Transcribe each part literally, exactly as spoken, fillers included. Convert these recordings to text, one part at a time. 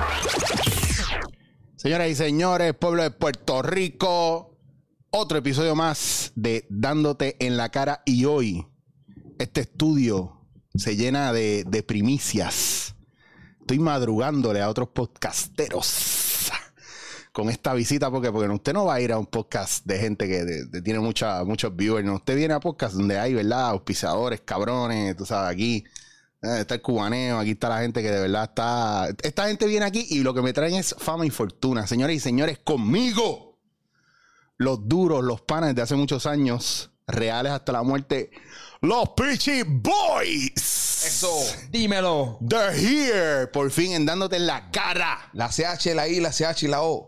Señoras y señores, pueblo de Puerto Rico, otro episodio más de Dándote en la Cara. Y hoy este estudio se llena de, de primicias. Estoy madrugándole a otros podcasteros con esta visita, porque, porque usted no va a ir a un podcast de gente que de, de tiene mucha, muchos viewers. No, usted viene a podcast donde hay, ¿verdad? Auspiciadores, cabrones, tú sabes, aquí eh, está el cubaneo, aquí está la gente que de verdad está... Esta gente viene aquí y lo que me traen es fama y fortuna. Señores y señores, conmigo, los duros, los panas de hace muchos años, reales hasta la muerte, los Peachy Boys. Eso, dímelo. They're here, por fin, en Dándote en la Cara. La C H, la I, la C H y la O.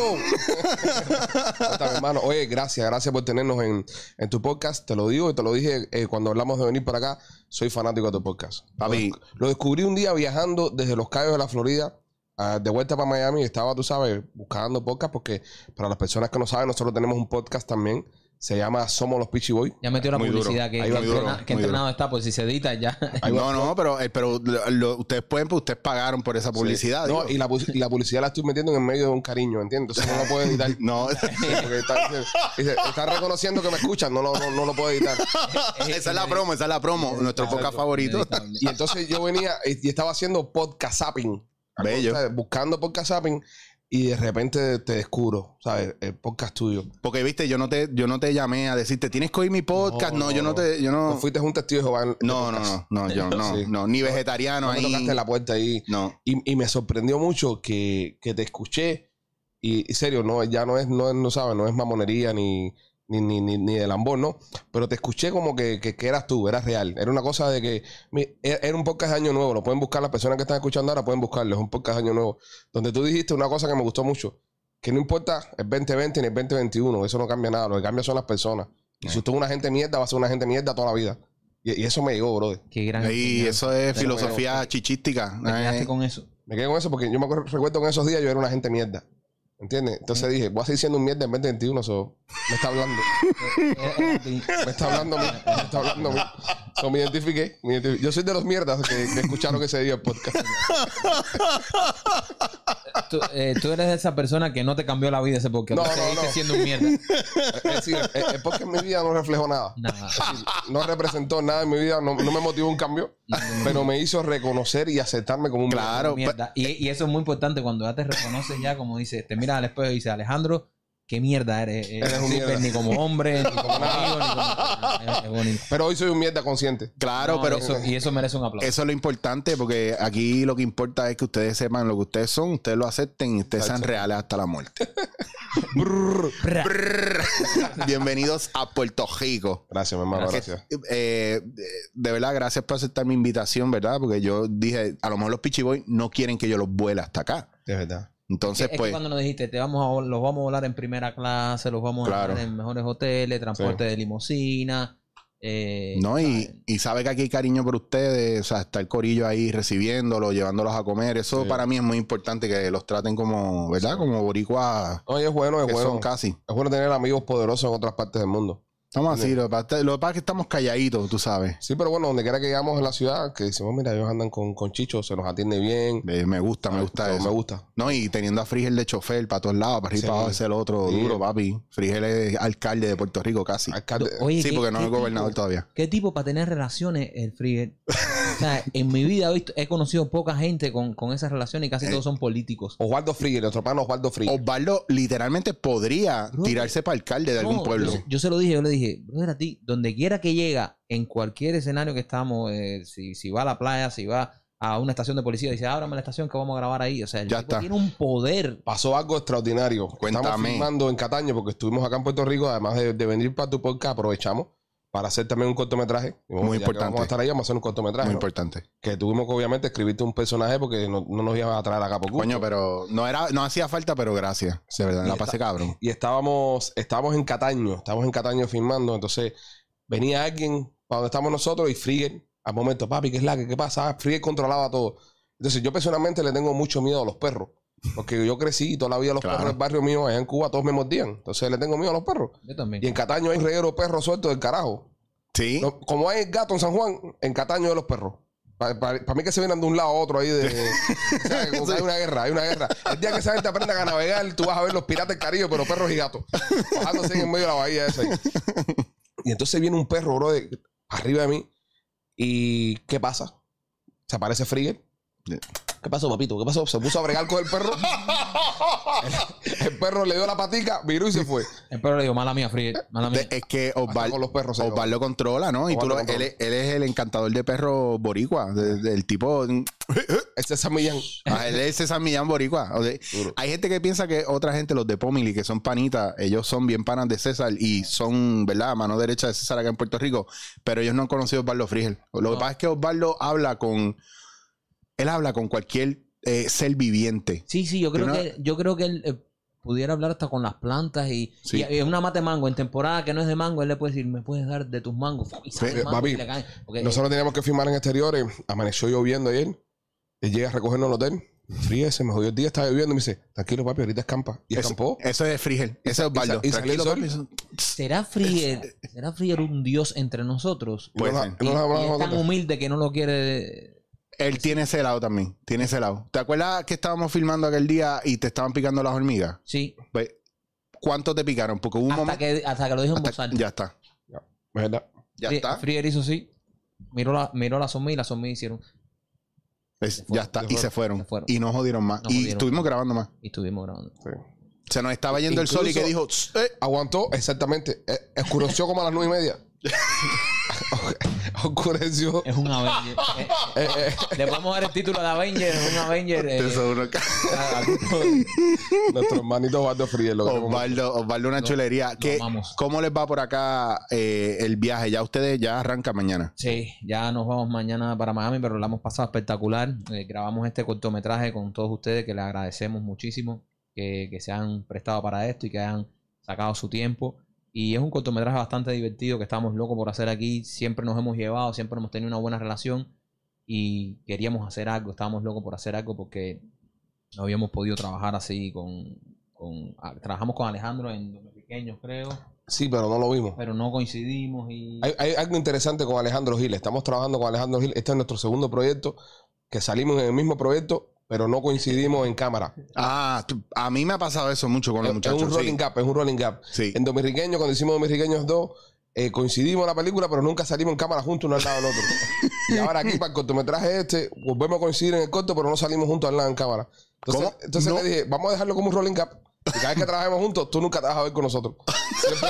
Está, mi hermano. Oye, gracias, gracias por tenernos en, en tu podcast. Te lo digo y te lo dije eh, cuando hablamos de venir para acá. Soy fanático de tu podcast. Papi. Lo, lo descubrí un día viajando desde Los Cayos de la Florida uh, de vuelta para Miami. Estaba, tú sabes, buscando podcast porque para las personas que no saben, nosotros tenemos un podcast también. Se llama Somos los Peachy Boys. Ya metió la muy publicidad duro. que, que, duro, entrena, que entrenado está, pues si se edita ya. No, no, pero, pero lo, lo, ustedes pueden, pues ustedes pagaron por esa publicidad. Sí. No, y la, y la publicidad la estoy metiendo en el medio de un cariño, ¿entiendes? Entonces no lo puedo editar. No. Porque está, dice, está reconociendo que me escuchan, no, lo, no, no lo puedo editar. Esa es la promo, esa es la promo. Nuestro podcast favorito. Y entonces yo venía y estaba haciendo podcast zapping. Bello. Buscando podcast zapping. Y de repente te descubro, ¿sabes? El podcast tuyo. Porque, viste, yo no te, yo no te llamé a decirte, tienes que oír mi podcast. No, no yo no te... Yo no... no fuiste un testigo de Jehová. No, no, no, no, yo no, sí. no, ni vegetariano no, ahí. No me tocaste la puerta ahí. No. Y, y me sorprendió mucho que, que te escuché. Y, y serio, no, ya no es, no, no sabes, no es mamonería ni... Ni, ni, ni, ni de lambón, ¿no? Pero te escuché como que, que, que eras tú, eras real. Era una cosa de que... Era un podcast de Año Nuevo. Lo pueden buscar las personas que están escuchando ahora, pueden buscarlo. Es un podcast de Año Nuevo. Donde tú dijiste una cosa que me gustó mucho. Que no importa el veinte veinte ni el veinte veintiuno. Eso no cambia nada. Lo que cambia son las personas. Y si usted es una gente mierda, va a ser una gente mierda toda la vida. Y, y eso me llegó, brother. Qué gran... Y eso es filosofía chichística. ¿Me quedaste con eso? Me quedé con eso porque yo me acuerdo, recuerdo que en esos días yo era una gente mierda. ¿Entiendes? Entonces dije, voy a seguir siendo un mierda en veinte veintiuno. So, me está hablando. me está hablando. Me, me está hablando. Me, so, me, identifiqué, me identifiqué. Yo soy de los mierdas que, que escucharon ese día el podcast. tú, eh, tú eres esa persona que no te cambió la vida ese podcast. No, no, no, no. siendo un mierda. Es decir, el, el podcast en mi vida no reflejó nada. Nada. Es decir, no representó nada en mi vida. No, no me motivó un cambio. No, no, no. Pero me hizo reconocer y aceptarme como un claro, mierda. Y, y eso es muy importante cuando ya te reconoces ya, como dices, te miras al espejo y dices, Alejandro, qué mierda eres. Eres un sí, mierda. Ni como hombre, ni como amigo, ni como... Es, es bonito. Pero hoy soy un mierda consciente. Claro, no, pero... Eso, y eso merece un aplauso. Eso es lo importante, porque aquí lo que importa es que ustedes sepan lo que ustedes son, ustedes lo acepten y ustedes sean reales hasta la muerte. Brr, brr. Bienvenidos a Puerto Rico. Gracias, mi hermano, gracias. gracias. Eh, de verdad, gracias por aceptar mi invitación, ¿verdad? Porque yo dije, a lo mejor los Peachy Boys no quieren que yo los vuele hasta acá. De verdad. Entonces, es pues... que cuando nos dijiste, te vamos a, los vamos a volar en primera clase, los vamos claro. a volar en mejores hoteles, transporte sí. de limusina. Eh, no, y, y sabe que aquí hay cariño por ustedes, o sea, está el corillo ahí recibiéndolos, llevándolos a comer. Eso sí. Para mí es muy importante, que los traten como, ¿verdad? Sí. Como boricuas. Oye, es bueno, es que bueno. Son casi. Es bueno tener amigos poderosos en otras partes del mundo. Estamos así, lo que pasa es que estamos calladitos, tú sabes. Sí, pero bueno, donde quiera que llegamos en la ciudad, que decimos, mira, ellos andan con, con Chicho, se nos atiende bien. Eh, me gusta, me gusta no, eso. Me gusta. No, y teniendo a Frigel de chofer para todos lados, para arriba y sí. para abajo, es el otro sí. duro, papi. Frigel es alcalde de Puerto Rico casi. Alcalde. Oye, sí, ¿qué, porque no qué es gobernador tipo, todavía. ¿Qué tipo para tener relaciones el Frigel? O sea, en mi vida he, visto, he conocido poca gente con, con esas relaciones y casi eh. todos son políticos. Osvaldo Frigel, nuestro pana Osvaldo Frigel. Osvaldo literalmente podría bro, tirarse para alcalde de no, algún pueblo. Yo, yo se lo dije, yo le dije, brother, a ti, donde quiera que llega, en cualquier escenario que estamos, eh, si, si va a la playa, si va a una estación de policía, dice, ábrame la estación que vamos a grabar ahí. O sea, el ya tipo está. tiene un poder. Pasó algo extraordinario. Cuéntame. Estamos filmando en Cataño porque estuvimos acá en Puerto Rico, además de, de venir para tu podcast, aprovechamos para hacer también un cortometraje. Bueno, muy importante. Vamos a estar ahí, vamos a hacer un cortometraje. Muy ¿no? importante. Que tuvimos que obviamente escribirte un personaje porque no, no nos iban a traer acá por gusto. Coño, pero no era, no hacía falta, pero gracias. De verdad, la pasé cabrón. Y estábamos, estábamos en Cataño, estábamos en Cataño filmando, entonces venía alguien para donde estamos nosotros y Frigel, al momento, papi, ¿qué es la que qué pasa? Frigel controlaba todo. Entonces yo personalmente le tengo mucho miedo a los perros. Porque yo crecí y toda la vida los claro. perros del barrio mío allá en Cuba todos me mordían. Entonces le tengo miedo a los perros. Yo también. Y en Cataño hay reguero perros sueltos del carajo. Sí. No, como hay gato en San Juan, en Cataño de los perros. Para pa, pa mí que se vienen de un lado a otro ahí de... ¿sabes? Como que hay una guerra, hay una guerra. El día que esa gente aprenda a navegar, tú vas a ver los piratas del Caribe, pero perros y gatos. Bajándose en medio de la bahía esa ahí. Y entonces viene un perro, bro, de, arriba de mí. ¿Y qué pasa? Se aparece Frigger. ¿Qué pasó, papito? ¿Qué pasó? Se puso a bregar con el perro. el, el perro le dio la patica, viró y se fue. El perro le dijo, mala mía, Frigger. Mala mía. Es que Osvaldo, con los perros se Osvaldo controla, ¿no? Y tú lo, él, es- él es el encantador de perros boricua. de- del tipo... Ese es San Millán. Ah, él es César Millán boricua. O sea, Duro. hay gente que piensa que otra gente, los de Pomili, que son panitas, ellos son bien panas de César y son, ¿verdad? Mano derecha de César acá en Puerto Rico, pero ellos no han conocido a Osvaldo Frigel. Lo No. que pasa es que Osvaldo habla con... Él habla con cualquier eh, ser viviente. Sí, sí, yo creo Yo no- que, yo creo que él eh, pudiera hablar hasta con las plantas y, Sí. y, y una mate mango. En temporada que no es de mango, él le puede decir, ¿me puedes dar de tus mangos? Y sale Sí, el mango papi, y le cae. Porque, Nosotros teníamos que filmar en exteriores. Amaneció lloviendo ayer. Él llega a recogernos al hotel. Frío, se me jodió el día, estaba lloviendo. Y me dice, tranquilo, papi, ahorita escampa. Y Eso, escampó. eso es Frigel. Ese es Osvaldo. y salió el Tranquilo, sol. papi. ¿será Frigger, ¿será Frigger un dios entre nosotros? Y Puede nos- ser. y Y, nos hablamos y es tan nosotros. humilde que no lo quiere... Él tiene ese lado también. Tiene ese lado. ¿Te acuerdas que estábamos filmando aquel día y te estaban picando las hormigas? Sí, Pues, ¿cuánto te picaron? Porque hubo un hasta momento... que, hasta que lo dijo en voz hasta- alta. Ya está. ¿Verdad? Ya Fri- está. Frigger hizo así, miró la, miró la zombie y la zombie hicieron... Es- Se fueron, ya está. se Y se fueron. se fueron. Y no jodieron más. No y jodieron. estuvimos grabando más. Y estuvimos grabando. Sí. Se nos estaba yendo el sol y que dijo... Incluso- "Tss, eh". Aguantó, exactamente. Eh, Oscureció como a las nueve y media. Oscureció. Es un Avenger. Eh, Eh, eh, le podemos dar el título de Avenger. Es un Avenger. eh, Eso uno- a- a- nuestro hermanito Osvaldo Frías. Lo queremos mucho. Osvaldo, Osvaldo, una Lo- chulería. lo ¿Qué- amamos. ¿Cómo les va por acá eh, el viaje? Ya ustedes ya arrancan mañana. Sí, ya nos vamos mañana para Miami, pero la hemos pasado espectacular. Eh, grabamos este cortometraje con todos ustedes, que les agradecemos muchísimo que, que se han prestado para esto y que hayan sacado su tiempo. Y es un cortometraje bastante divertido que estamos locos por hacer aquí. Siempre nos hemos llevado, siempre hemos tenido una buena relación y queríamos hacer algo. Estábamos locos por hacer algo porque no habíamos podido trabajar así con... con ah, trabajamos con Alejandro en Los Pequeños, creo, Sí, pero no lo vimos. pero no coincidimos y... Hay, hay algo interesante con Alejandro Gil. Estamos trabajando con Alejandro Gil. Este es nuestro segundo proyecto, que salimos en el mismo proyecto, pero no coincidimos en cámara. Ah, tú- a mí me ha pasado eso mucho con Es, los es muchachos. un rolling sí. gap, es un rolling gap. Sí. En Dominriqueño, cuando hicimos Dominriqueños dos, eh, coincidimos en la película, pero nunca salimos en cámara juntos uno al lado del otro. Y ahora aquí, para el cortometraje este, volvemos a coincidir en el corto, pero no salimos juntos al lado en cámara. Entonces, ¿Cómo? entonces No. le dije, vamos a dejarlo como un rolling gap. Y cada vez que trabajemos juntos, tú nunca te vas a ver con nosotros. Siempre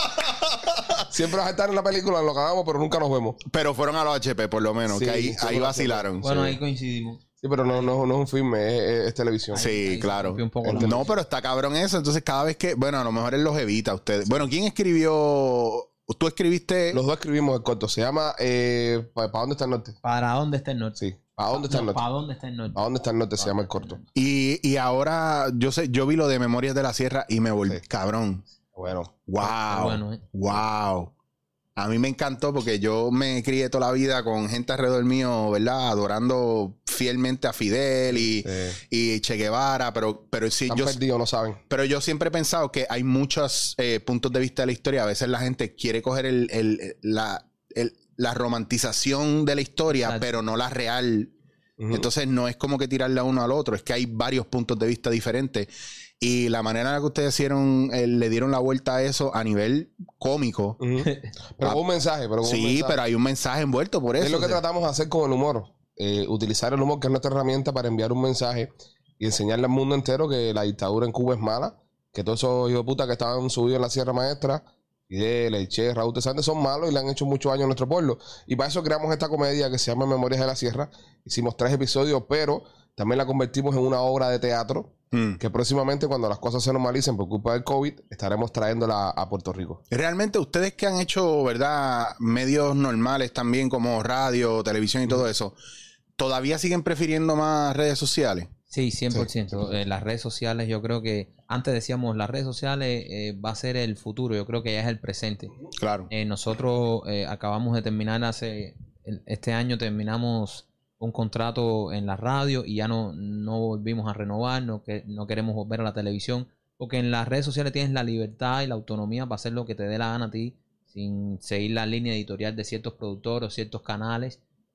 vas, siempre vas a estar en la película, en lo que hagamos, pero nunca nos vemos. Pero fueron a los H P, por lo menos, Sí, que ahí, sí, ahí fueron a vacilaron. Bueno, sí. ahí coincidimos. Sí, pero no, no, no es un filme, es, es- es televisión. Sí, Ahí se claro. rompió un poco la No, magia. pero está cabrón eso. Entonces, cada vez que. Bueno, a lo mejor él los evita a ustedes. Bueno, ¿quién escribió? Tú escribiste. Los dos escribimos el corto. Se llama eh, ¿Para dónde está el norte? ¿Para dónde está el norte? Sí. ¿Para dónde está el No, norte? ¿Para dónde está el norte? ¿Para dónde está el norte? Se llama el corto. Y, y ahora, yo sé, yo vi lo de Memorias de la Sierra y me volví. Sí. Cabrón. Bueno. Wow. bueno, ¿eh? Wow. A mí me encantó porque yo me crié toda la vida con gente alrededor mío, ¿verdad? Adorando fielmente a Fidel y, eh, y Che Guevara, pero, pero sí, están yo, perdidos, no saben. pero yo siempre he pensado que hay muchos eh, puntos de vista de la historia. A veces la gente quiere coger el, el- la, el- la romantización de la historia, Exacto. pero no la real. Ujú. Entonces no es como que tirarle a uno al otro, es que hay varios puntos de vista diferentes. Y la manera en la que ustedes hicieron, eh, le dieron la vuelta a eso a nivel cómico. Ujú. Pero con un mensaje. Pero con un Sí, mensaje. pero hay un mensaje envuelto por eso. Es lo que o sea. tratamos de hacer con el humor. Eh, utilizar el humor, que es nuestra herramienta, para enviar un mensaje y enseñarle al mundo entero que la dictadura en Cuba es mala, que todos esos hijos de puta que estaban subidos en la Sierra Maestra, Fidel, el Che, Raúl Tesantes, son malos y le han hecho mucho daño a nuestro pueblo. Y para eso creamos esta comedia que se llama Memorias de la Sierra. Hicimos tres episodios, pero también la convertimos en una obra de teatro Mm. que próximamente, cuando las cosas se normalicen por culpa del COVID, estaremos trayéndola a Puerto Rico. Realmente ustedes que han hecho, ¿verdad? Medios normales también como radio, televisión y todo eso, ¿todavía siguen prefiriendo más redes sociales? Sí, cien por ciento. Eh, las redes sociales, yo creo que antes decíamos, las redes sociales eh, va a ser el futuro, yo creo que ya es el presente. Claro. Eh, nosotros eh, acabamos de terminar hace, el- este año terminamos un contrato en la radio y ya no, no volvimos a renovar, no, que, no queremos volver a la televisión, porque en las redes sociales tienes la libertad y la autonomía para hacer lo que te dé la gana a ti, sin seguir la línea editorial de ciertos productores o ciertos canales.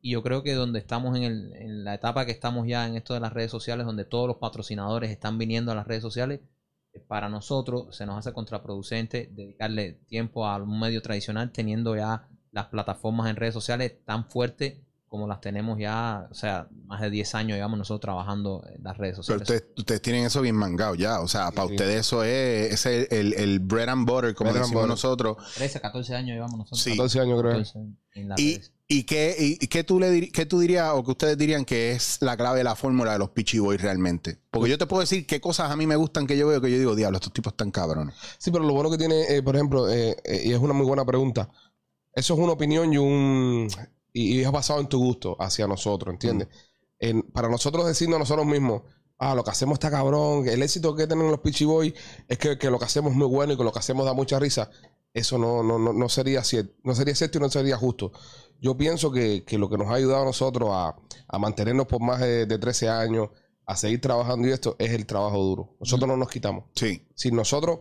Y yo creo que donde estamos en, el, en la etapa que estamos ya en esto de las redes sociales, donde todos los patrocinadores están viniendo a las redes sociales, para nosotros se nos hace contraproducente dedicarle tiempo a un medio tradicional teniendo ya las plataformas en redes sociales tan fuertes como las tenemos ya, o sea, más de diez años llevamos nosotros trabajando en las redes sociales. Pero ustedes, ustedes tienen eso bien mangado ya, o sea, Sí, para sí. ustedes eso es, es el, el, el bread and butter, como Bread and decimos butter. nosotros. trece, catorce años llevamos nosotros. Sí. catorce años creo. catorce en las Y, redes. y, qué, y, y qué tú le dir- qué tú dirías o que ustedes dirían que es la clave de la fórmula de los Peachy Boys realmente. Porque yo te puedo decir qué cosas a mí me gustan que yo veo que yo digo, diablo, estos tipos están cabrones. Sí, pero lo bueno que tiene, eh, por ejemplo, eh, eh, y es una muy buena pregunta, eso es una opinión y un y, y es basado en tu gusto hacia nosotros, ¿entiendes? Mm. En, para nosotros decirnos a nosotros mismos, ah, lo que hacemos está cabrón, el éxito que tienen los Peachy Boys es que, que lo que hacemos es muy bueno y que lo que hacemos da mucha risa. Eso no, no, no, no sería cierto, no sería cierto y no sería justo. Yo pienso que, que lo que nos ha ayudado a nosotros a, a mantenernos por más de, de trece años, a seguir trabajando y esto, es el trabajo duro. Nosotros no nos quitamos. Sí. Si nosotros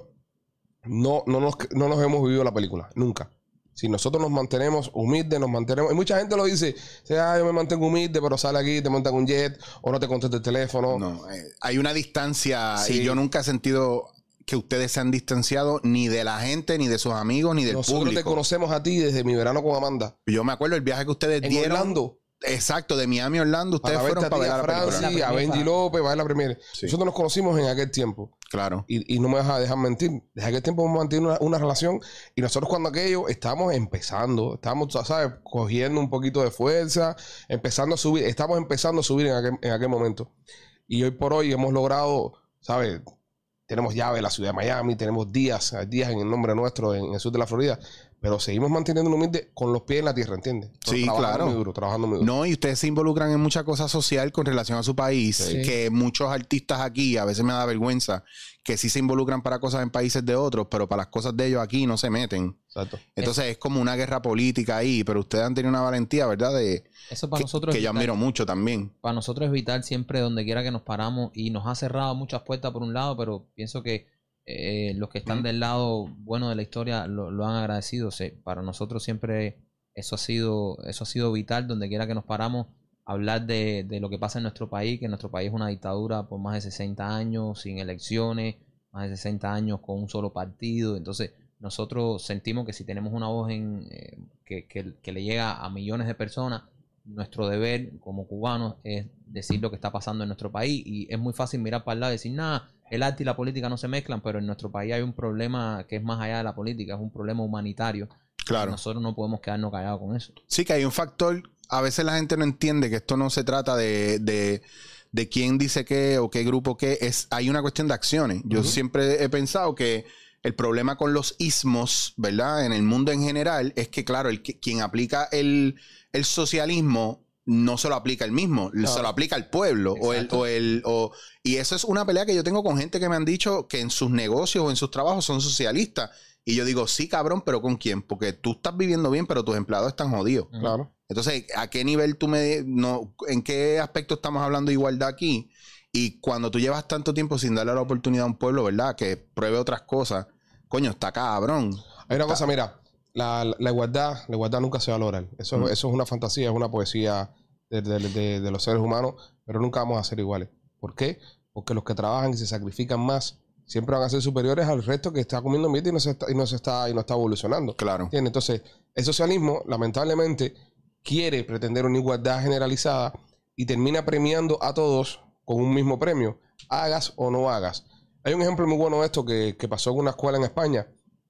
no, no, nos, no nos hemos vivido la película, nunca. Si nosotros nos mantenemos humildes, nos mantenemos... Y mucha gente lo dice, o sea, yo me mantengo humilde, pero sale aquí, te montan un jet, o no te contesta el teléfono. No, eh, hay una distancia Sí. y yo nunca he sentido que ustedes se han distanciado ni de la gente, ni de sus amigos, ni del Nosotros te público. conocemos a ti desde mi verano con Amanda. Yo me acuerdo el viaje que ustedes En dieron. Orlando. Exacto, de Miami a Orlando, ustedes Para fueron verte a para ti, ver a la película. Francis, La a primera. Benji López, va a ver la primera. Sí. Nosotros nos conocimos en aquel tiempo. Claro. Y, y no me vas a dejar mentir. Desde aquel tiempo hemos mantenido una, una relación. Y nosotros cuando aquello estábamos empezando. Estábamos, tú ¿sabes? Cogiendo un poquito de fuerza. Empezando a subir. Estamos empezando a subir en aquel, en aquel momento. Y hoy por hoy hemos logrado, ¿sabes? Tenemos llave en la ciudad de Miami. Tenemos días, hay días en el nombre nuestro en el sur de la Florida. Pero seguimos manteniendo humilde con los pies en la tierra, ¿entiendes? Pero Sí, trabajando claro. Muy duro, trabajando muy duro. No, y ustedes se involucran en mucha cosa social con relación a su país, Sí. que muchos artistas aquí, a veces me da vergüenza, que sí se involucran para cosas en países de otros, pero para las cosas de ellos aquí no se meten. Exacto. Entonces es como una guerra política ahí, pero ustedes han tenido una valentía, ¿verdad? De, Eso para que, nosotros que es yo vital. admiro mucho también. Para nosotros es vital siempre donde quiera que nos paramos y nos ha cerrado muchas puertas por un lado, pero pienso que eh, los que están Mm. del lado bueno de la historia lo, lo han agradecido. O sea, para nosotros siempre eso ha sido eso ha sido vital donde quiera que nos paramos, hablar de, de lo que pasa en nuestro país, que nuestro país es una dictadura por más de sesenta años, sin elecciones, más de sesenta años con un solo partido. Entonces nosotros sentimos que si tenemos una voz en, eh, que, que, que le llega a millones de personas, nuestro deber como cubanos es decir lo que está pasando en nuestro país. Y es muy fácil mirar para el lado y decir, nada, el arte y la política no se mezclan, pero en nuestro país hay un problema que es más allá de la política, es un problema humanitario. Claro. Nosotros no podemos quedarnos callados con eso. Sí, que hay un factor, a veces la gente no entiende que esto no se trata de, de, de quién dice qué o qué grupo qué, es, hay una cuestión de acciones. Yo Ujú. siempre he pensado que el problema con los ismos, ¿verdad? En el mundo en general, es que, claro, el que, quien aplica el, el socialismo no se lo aplica el mismo, Claro. se lo aplica al pueblo. O el, Exacto. o el, o, y eso es una pelea que yo tengo con gente que me han dicho que en sus negocios o en sus trabajos son socialistas. Y yo digo, sí, cabrón, pero ¿con quién? Porque tú estás viviendo bien, pero tus empleados están jodidos. Ujú. Claro. Entonces, ¿a qué nivel tú me... No, ¿en qué aspecto estamos hablando de igualdad aquí? Y cuando tú llevas tanto tiempo sin darle la oportunidad a un pueblo, ¿verdad? Que pruebe otras cosas. Coño, está cabrón. Hay una cosa, mira, la, la- la igualdad, la igualdad nunca se va a lograr. Eso, Mm. eso es una fantasía, es una poesía de, de- de- de los seres humanos, pero nunca vamos a ser iguales. ¿Por qué? Porque los que trabajan y se sacrifican más siempre van a ser superiores al resto que está comiendo mierda y no se está, y no se está, y no está evolucionando. Claro. ¿Entiendes? Entonces, el socialismo, lamentablemente, quiere pretender una igualdad generalizada y termina premiando a todos con un mismo premio, hagas o no hagas. Hay un ejemplo muy bueno de esto que, que pasó en una escuela en España.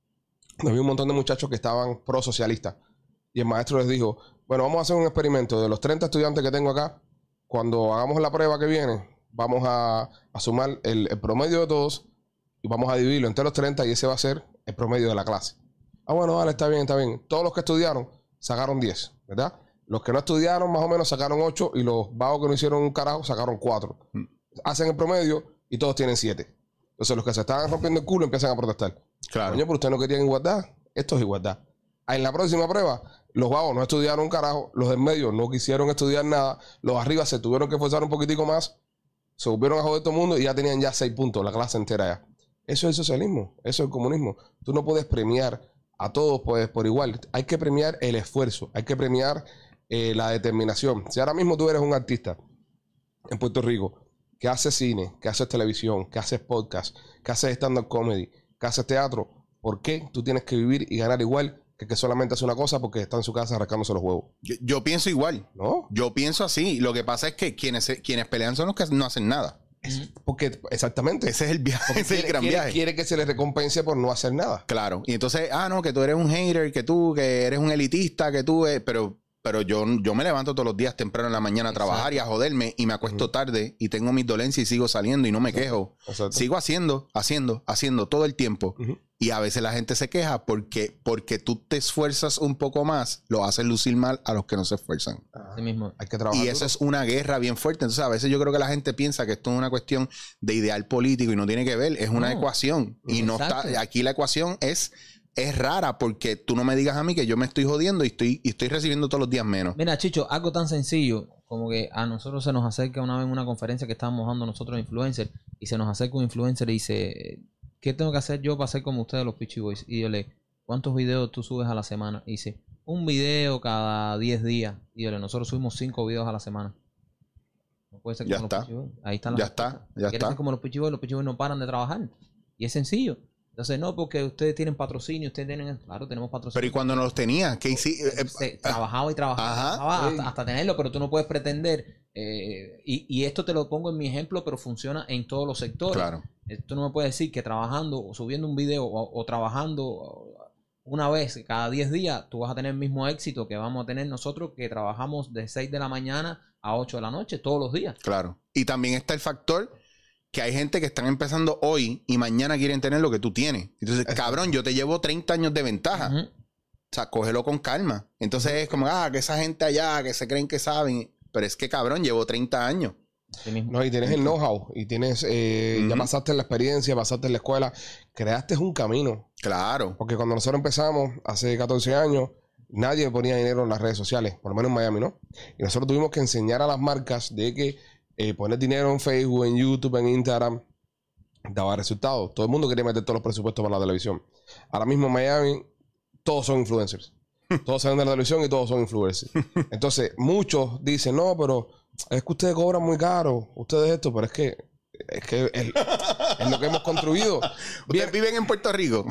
Había un montón de muchachos que estaban pro socialistas y el maestro les dijo, bueno, vamos a hacer un experimento. De los treinta estudiantes que tengo acá, cuando hagamos la prueba que viene, vamos a, a sumar el, el promedio de todos y vamos a dividirlo entre los treinta y ese va a ser el promedio de la clase. Ah, bueno, vale, está bien, está bien. Todos los que estudiaron sacaron diez, ¿verdad? Los que no estudiaron más o menos sacaron ocho y los vagos que no hicieron un carajo sacaron cuatro. Mm. Hacen el promedio y todos tienen siete. Entonces los que se estaban rompiendo el culo empiezan a protestar. Claro. Coño, pero ustedes no querían igualdad. Esto es igualdad. Ah, en la próxima prueba, los vagos no estudiaron un carajo, los del medio no quisieron estudiar nada, los arriba se tuvieron que esforzar un poquitico más, se volvieron a joder todo el mundo y ya tenían ya seis puntos, la clase entera ya. Eso es el socialismo, eso es el comunismo. Tú no puedes premiar a todos pues, por igual. Hay que premiar el esfuerzo, hay que premiar eh, la determinación. Si ahora mismo tú eres un artista en Puerto Rico que haces cine, que haces televisión, que haces podcast, que haces stand-up comedy, que haces teatro, ¿por qué tú tienes que vivir y ganar igual que que solamente hace una cosa porque está en su casa arrancándose los huevos? Yo, yo pienso igual. ¿No? Yo pienso así. Lo que pasa es que quienes, quienes pelean son los que no hacen nada. Porque, exactamente. Ese es el viaje, Porque ese es el quiere, gran quiere, viaje. quiere que se le recompense por no hacer nada. Claro. Y entonces, ah, no, que tú eres un hater, que tú, que eres un elitista, que tú, eh, pero, pero yo, yo me levanto todos los días temprano en la mañana a trabajar. Exacto. Y a joderme y me acuesto uh-huh. tarde y tengo mis dolencias y sigo saliendo y no me Exacto. quejo. Exacto. Sigo haciendo, haciendo, haciendo todo el tiempo. Uh-huh. Y a veces la gente se queja porque, porque tú te esfuerzas un poco más, lo haces lucir mal a los que no se esfuerzan. Así mismo. Hay que trabajar y eso duro. Es una guerra bien fuerte. Entonces, a veces yo creo que la gente piensa que esto es una cuestión de ideal político y no tiene que ver. Es no. una ecuación. Y Exacto. no está. Aquí la ecuación es, es rara porque tú no me digas a mí que yo me estoy jodiendo y estoy, y estoy recibiendo todos los días menos. Mira, Chicho, algo tan sencillo como que a nosotros se nos acerca una vez en una conferencia que estábamos dando nosotros influencers y se nos acerca un influencer y dice... ¿Qué tengo que hacer yo para ser como ustedes los Peachy Boys? Y yo le, ¿cuántos videos tú subes a la semana? Y dice, un video cada diez días. Y yo le, nosotros subimos cinco videos a la semana. No puede ser como ya los está. Peachy Boys. Ahí están las Ya está, ya ¿Quieres está. ser como los Peachy Boys? Los Peachy Boys no paran de trabajar. Y es sencillo. Entonces, no, porque ustedes tienen patrocinio, ustedes tienen... Claro, tenemos patrocinio. Pero ¿y cuando no los tenía? ¿Qué hiciste? Se trabajaba y trabajaba, trabajaba hasta, hasta tenerlo, pero tú no puedes pretender... Eh, y, y esto te lo pongo en mi ejemplo, pero funciona en todos los sectores. Claro. Tú no me puedes decir que trabajando o subiendo un video o, o trabajando una vez cada diez días, tú vas a tener el mismo éxito que vamos a tener nosotros que trabajamos de seis de la mañana a ocho de la noche todos los días. Claro. Y también está el factor que hay gente que están empezando hoy y mañana quieren tener lo que tú tienes. Entonces, cabrón, yo te llevo treinta años de ventaja. Uh-huh. O sea, cógelo con calma. Entonces es como, ah, que esa gente allá que se creen que saben... Pero es que, cabrón, llevo treinta años. No, y tienes el know-how. Y tienes, eh, uh-huh. ya pasaste la experiencia, pasaste en la escuela. Creaste un camino. Claro. Porque cuando nosotros empezamos, hace catorce años, nadie ponía dinero en las redes sociales. Por lo menos en Miami, ¿no? Y nosotros tuvimos que enseñar a las marcas de que eh, poner dinero en Facebook, en YouTube, en Instagram, daba resultados. Todo el mundo quería meter todos los presupuestos para la televisión. Ahora mismo en Miami, todos son influencers. Todos salen de la televisión y todos son influencers. Entonces, muchos dicen, no, pero es que ustedes cobran muy caro. Ustedes esto, pero es que es que es, es lo que hemos construido. Ustedes viven en Puerto Rico.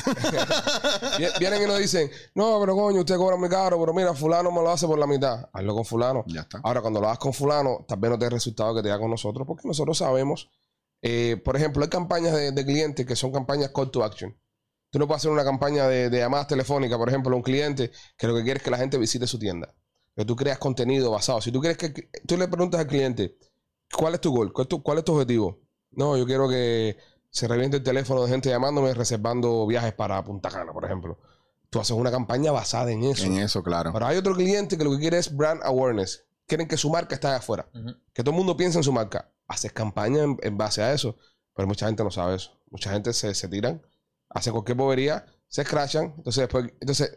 Vienen y nos dicen, no, pero coño, ustedes cobran muy caro, pero mira, fulano me lo hace por la mitad. Hazlo con fulano. Ya está. Ahora, cuando lo hagas con fulano, tal vez no te dé el resultado que te da con nosotros, porque nosotros sabemos, eh, por ejemplo, hay campañas de, de clientes que son campañas call to action. Tú no puedes hacer una campaña de, de llamadas telefónicas, por ejemplo, a un cliente que lo que quiere es que la gente visite su tienda. Que tú creas contenido basado. Si tú quieres que... Tú le preguntas al cliente, ¿cuál es tu goal? ¿Cuál es tu, cuál es tu objetivo? No, yo quiero que se reviente el teléfono de gente llamándome, reservando viajes para Punta Cana, por ejemplo. Tú haces una campaña basada en eso. En eso, claro. Pero hay otro cliente que lo que quiere es brand awareness. Quieren que su marca esté allá afuera. Uh-huh. Que todo el mundo piense en su marca. Haces campaña en, en base a eso. Pero mucha gente no sabe eso. Mucha gente se, se tiran, hacen cualquier bobería, se escrachan. Entonces, después, entonces,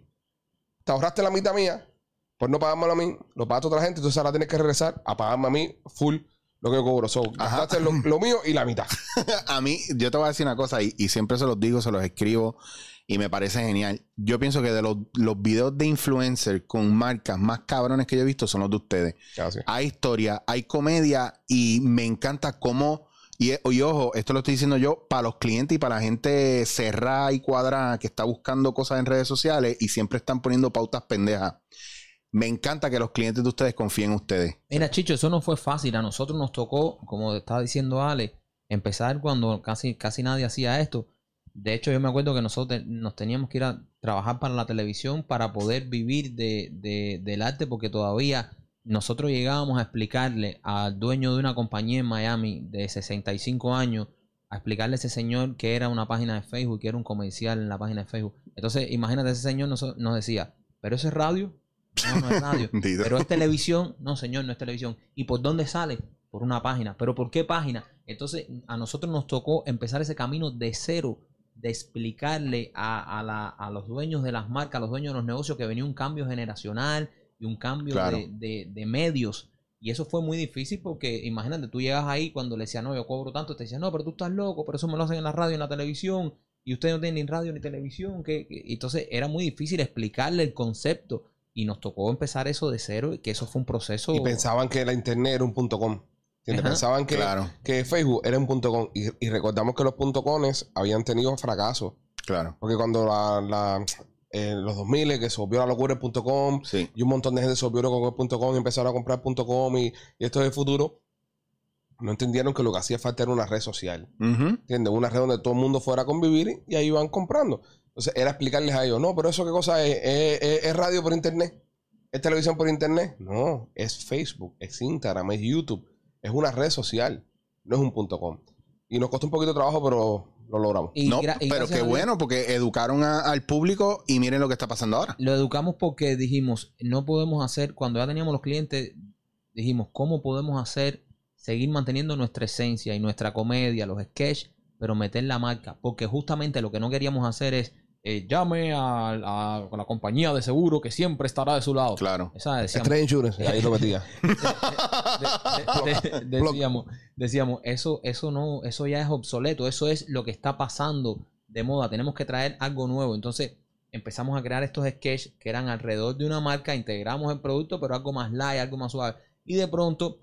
te ahorraste la mitad mía por no pagármelo a mí, lo pagaste a otra gente, entonces ahora tienes que regresar a pagarme a mí full lo que yo cobro. So, gastaste lo, lo mío y la mitad. A mí, yo te voy a decir una cosa y, y siempre se los digo, se los escribo y me parece genial. Yo pienso que de los, los videos de influencer con marcas más cabrones que yo he visto son los de ustedes. Gracias. Hay historia, hay comedia y me encanta cómo... Y, y ojo, esto lo estoy diciendo yo para los clientes y para la gente cerrada y cuadrada que está buscando cosas en redes sociales y siempre están poniendo pautas pendejas. Me encanta que los clientes de ustedes confíen en ustedes. Mira, Chicho, eso no fue fácil. A nosotros nos tocó, como estaba diciendo Ale, empezar cuando casi, casi nadie hacía esto. De hecho, yo me acuerdo que nosotros nos teníamos que ir a trabajar para la televisión para poder vivir de, de, del arte, porque todavía nosotros llegábamos a explicarle al dueño de una compañía en Miami de sesenta y cinco años, a explicarle a ese señor que era una página de Facebook, que era un comercial en la página de Facebook. Entonces, imagínate, ese señor nos, nos decía, ¿pero eso es radio? No, no es radio. ¿Pero es televisión? No, señor, no es televisión. ¿Y por dónde sale? Por una página. ¿Pero por qué página? Entonces, a nosotros nos tocó empezar ese camino de cero, de explicarle a, a, la, a los dueños de las marcas, a los dueños de los negocios, que venía un cambio generacional y un cambio claro. de, de, de medios. Y eso fue muy difícil porque, imagínate, tú llegas ahí cuando le decían, no, yo cobro tanto, te decían, no, pero tú estás loco, pero eso me lo hacen en la radio y en la televisión, y ustedes no tienen ni radio ni televisión. Que, que... Entonces, era muy difícil explicarle el concepto. Y nos tocó empezar eso de cero y que eso fue un proceso. Y pensaban que la internet era un punto com. Pensaban que, claro. que Facebook era un punto com. Y, y recordamos que los punto coms habían tenido fracaso. Claro. Porque cuando la, la, en los dos mil que se volvió la locura el punto com, sí. y un montón de gente se volvió con el punto com y empezaron a comprar punto com y, y esto es el futuro, no entendieron que lo que hacía falta era una red social. Uh-huh. ¿Entiendes? Una red donde todo el mundo fuera a convivir y ahí iban comprando. Entonces era explicarles a ellos, no, pero eso qué cosa es, es, es, es radio por internet, es televisión por internet. No, es Facebook, es Instagram, es YouTube, es una red social, no es un punto com. Y nos costó un poquito de trabajo, pero lo logramos. Y no, gra- y pero qué bueno, porque educaron a, al público y miren lo que está pasando ahora. Lo educamos porque dijimos, no podemos hacer, cuando ya teníamos los clientes, dijimos, ¿cómo podemos hacer, seguir manteniendo nuestra esencia y nuestra comedia, los sketches, pero meter la marca? Porque justamente lo que no queríamos hacer es, eh, llame a, a, a la compañía de seguro que siempre estará de su lado. Claro. Esa decíamos, Trade Insurance, ahí lo metía. de- de- de- decíamos, decíamos eso, eso no, eso ya es obsoleto, eso es lo que está pasando de moda, tenemos que traer algo nuevo. Entonces empezamos a crear estos sketches que eran alrededor de una marca, integramos el producto, pero algo más light, algo más suave. Y de pronto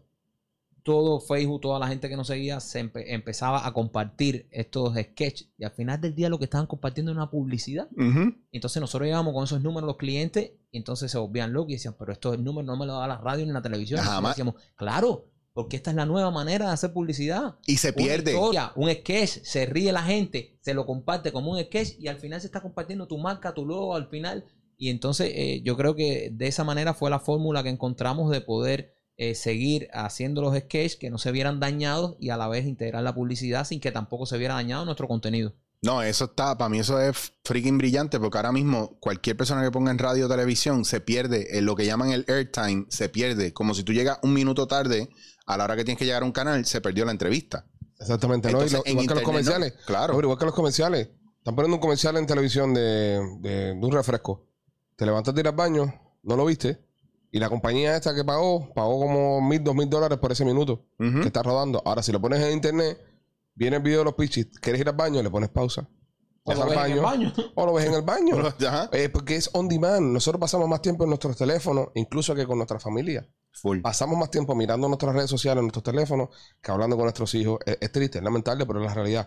todo Facebook, toda la gente que nos seguía se empe- empezaba a compartir estos sketches y al final del día lo que estaban compartiendo era una publicidad. Uh-huh. Entonces nosotros llegábamos con esos números los clientes y entonces se volvían locos y decían, pero estos números no me los da la radio ni la televisión. Y Jamás. decíamos, claro, porque esta es la nueva manera de hacer publicidad. Y se pierde. Una historia, un sketch, se ríe la gente, se lo comparte como un sketch y al final se está compartiendo tu marca, tu logo al final. Y entonces eh, yo creo que de esa manera fue la fórmula que encontramos de poder eh, seguir haciendo los sketches que no se vieran dañados y a la vez integrar la publicidad sin que tampoco se viera dañado nuestro contenido. No, eso está, para mí eso es freaking brillante, porque ahora mismo cualquier persona que ponga en radio o televisión se pierde, en lo que llaman el airtime, se pierde. Como si tú llegas un minuto tarde a la hora que tienes que llegar a un canal, se perdió la entrevista. Exactamente, ¿no? Entonces, Y lo- en igual que los internet, comerciales. ¿no? Claro. Hombre, igual que los comerciales. Están poniendo un comercial en televisión de, de, de un refresco. Te levantas de ir al baño, no lo viste. Y la compañía esta que pagó, pagó como mil, dos mil dólares por ese minuto Uh-huh. que está rodando. Ahora, si lo pones en internet, viene el video de los pitches, quieres ir al baño, le pones pausa. Vas ¿O al lo ves en el baño, baño? o lo ves en el baño. Ajá. Eh, porque es on demand. Nosotros pasamos más tiempo en nuestros teléfonos, incluso que con nuestra familia. Full. Pasamos más tiempo mirando nuestras redes sociales, en nuestros teléfonos, que hablando con nuestros hijos. Es, es triste, es lamentable, pero es la realidad.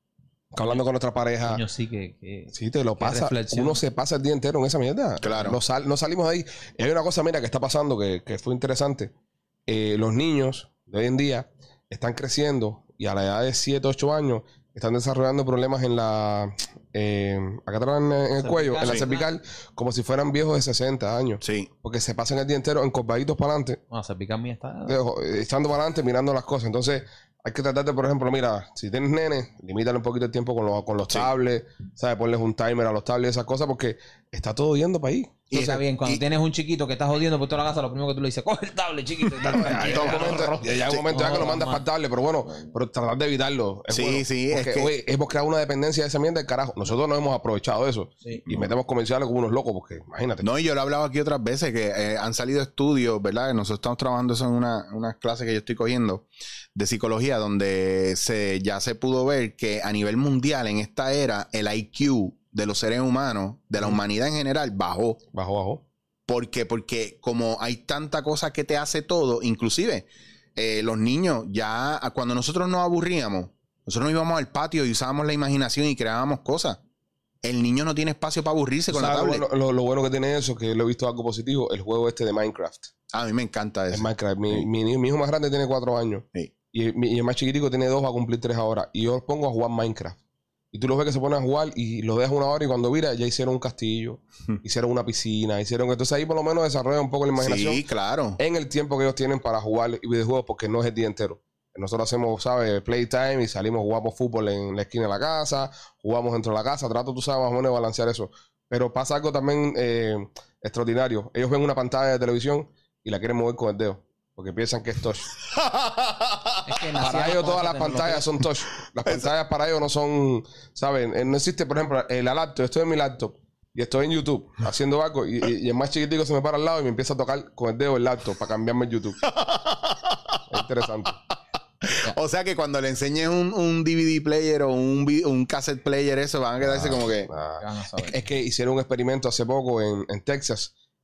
Que hablando con nuestra pareja. Coño, sí que... que- Sí, te lo Qué pasa. reflexión. Uno se pasa el día entero en esa mierda. Claro. No, sal- no salimos de ahí. Y hay una cosa, mira, que está pasando que, que fue interesante. Eh, los niños de hoy en día están creciendo y a la edad de siete, ocho años están desarrollando problemas en la... Eh, acá atrás en, en el cuello, en la sí. cervical, como si fueran viejos de sesenta años. Sí. Porque se pasan el día entero encorvaditos para adelante, No, Cervical mía está... eh, echando para adelante, mirando las cosas. Entonces, hay que tratar de, por ejemplo, mira, si tienes nenes, limítale un poquito el tiempo con los, con los Sí. tablets, ¿sabes? Ponles un timer a los tablets, esas cosas, porque está todo yendo para ahí. Y está bien, cuando y- tienes un chiquito que estás jodiendo por toda la casa, lo primero que tú le dices, coge el tablet, chiquito. Y tal, Hay tranquilo. un momento, ya hay un momento ya que lo mandas para el tablet, pero bueno, pero tratar de evitarlo. Es Sí, bueno, sí, es porque, que- oye, hemos creado una dependencia de esa mierda del carajo. Nosotros no hemos aprovechado eso. Sí. Y metemos comerciales como unos locos, porque imagínate. No, y yo lo he hablado aquí otras veces, que eh, han salido estudios, ¿verdad? Nosotros estamos trabajando eso en una, unas clases que yo estoy cogiendo de psicología, donde se, ya se pudo ver que a nivel mundial, en esta era, el I Q de los seres humanos, de la humanidad en general, bajó. Bajo, bajo. ¿Por qué? Porque como hay tanta cosa que te hace todo, inclusive eh, los niños, ya cuando nosotros nos aburríamos, nosotros nos íbamos al patio y usábamos la imaginación y creábamos cosas. El niño no tiene espacio para aburrirse con la ¿Sabes tablet. lo, bueno, lo, lo bueno que tiene eso, que lo he visto algo positivo, el juego este de Minecraft. A mí me encanta Es eso. Minecraft. Mi, Sí. mi, mi hijo más grande tiene cuatro años. Sí. Y, mi- y el más chiquitico tiene dos, va a cumplir tres ahora. Y yo los pongo a jugar Minecraft. Y tú los ves que se ponen a jugar y los dejas una hora y cuando mira ya hicieron un castillo, hicieron una piscina, hicieron... Entonces ahí por lo menos desarrollan un poco la imaginación Sí, claro. en el tiempo que ellos tienen para jugar videojuegos porque no es el día entero. Nosotros hacemos, ¿sabes? Playtime y salimos, jugamos fútbol en la esquina de la casa, jugamos dentro de la casa. Trato, tú sabes, más o menos de balancear eso. Pero pasa algo también eh, extraordinario. Ellos ven una pantalla de televisión y la quieren mover con el dedo. Porque piensan que es touch. Es que Para nacíamos ellos con todas esa las pantallas son touch. Las pantallas para ellos no son, ¿saben? Eh, No existe, por ejemplo, el laptop. Yo estoy en mi laptop y estoy en YouTube haciendo algo y, y- y el más chiquitico se me para al lado y me empieza a tocar con el dedo el laptop para cambiarme el YouTube. Es interesante. O sea que cuando le enseñes un, un D V D player o un, vi- un cassette player, eso van a quedarse como que... Ah. Van a saber. Es que hicieron un experimento hace poco en, en Texas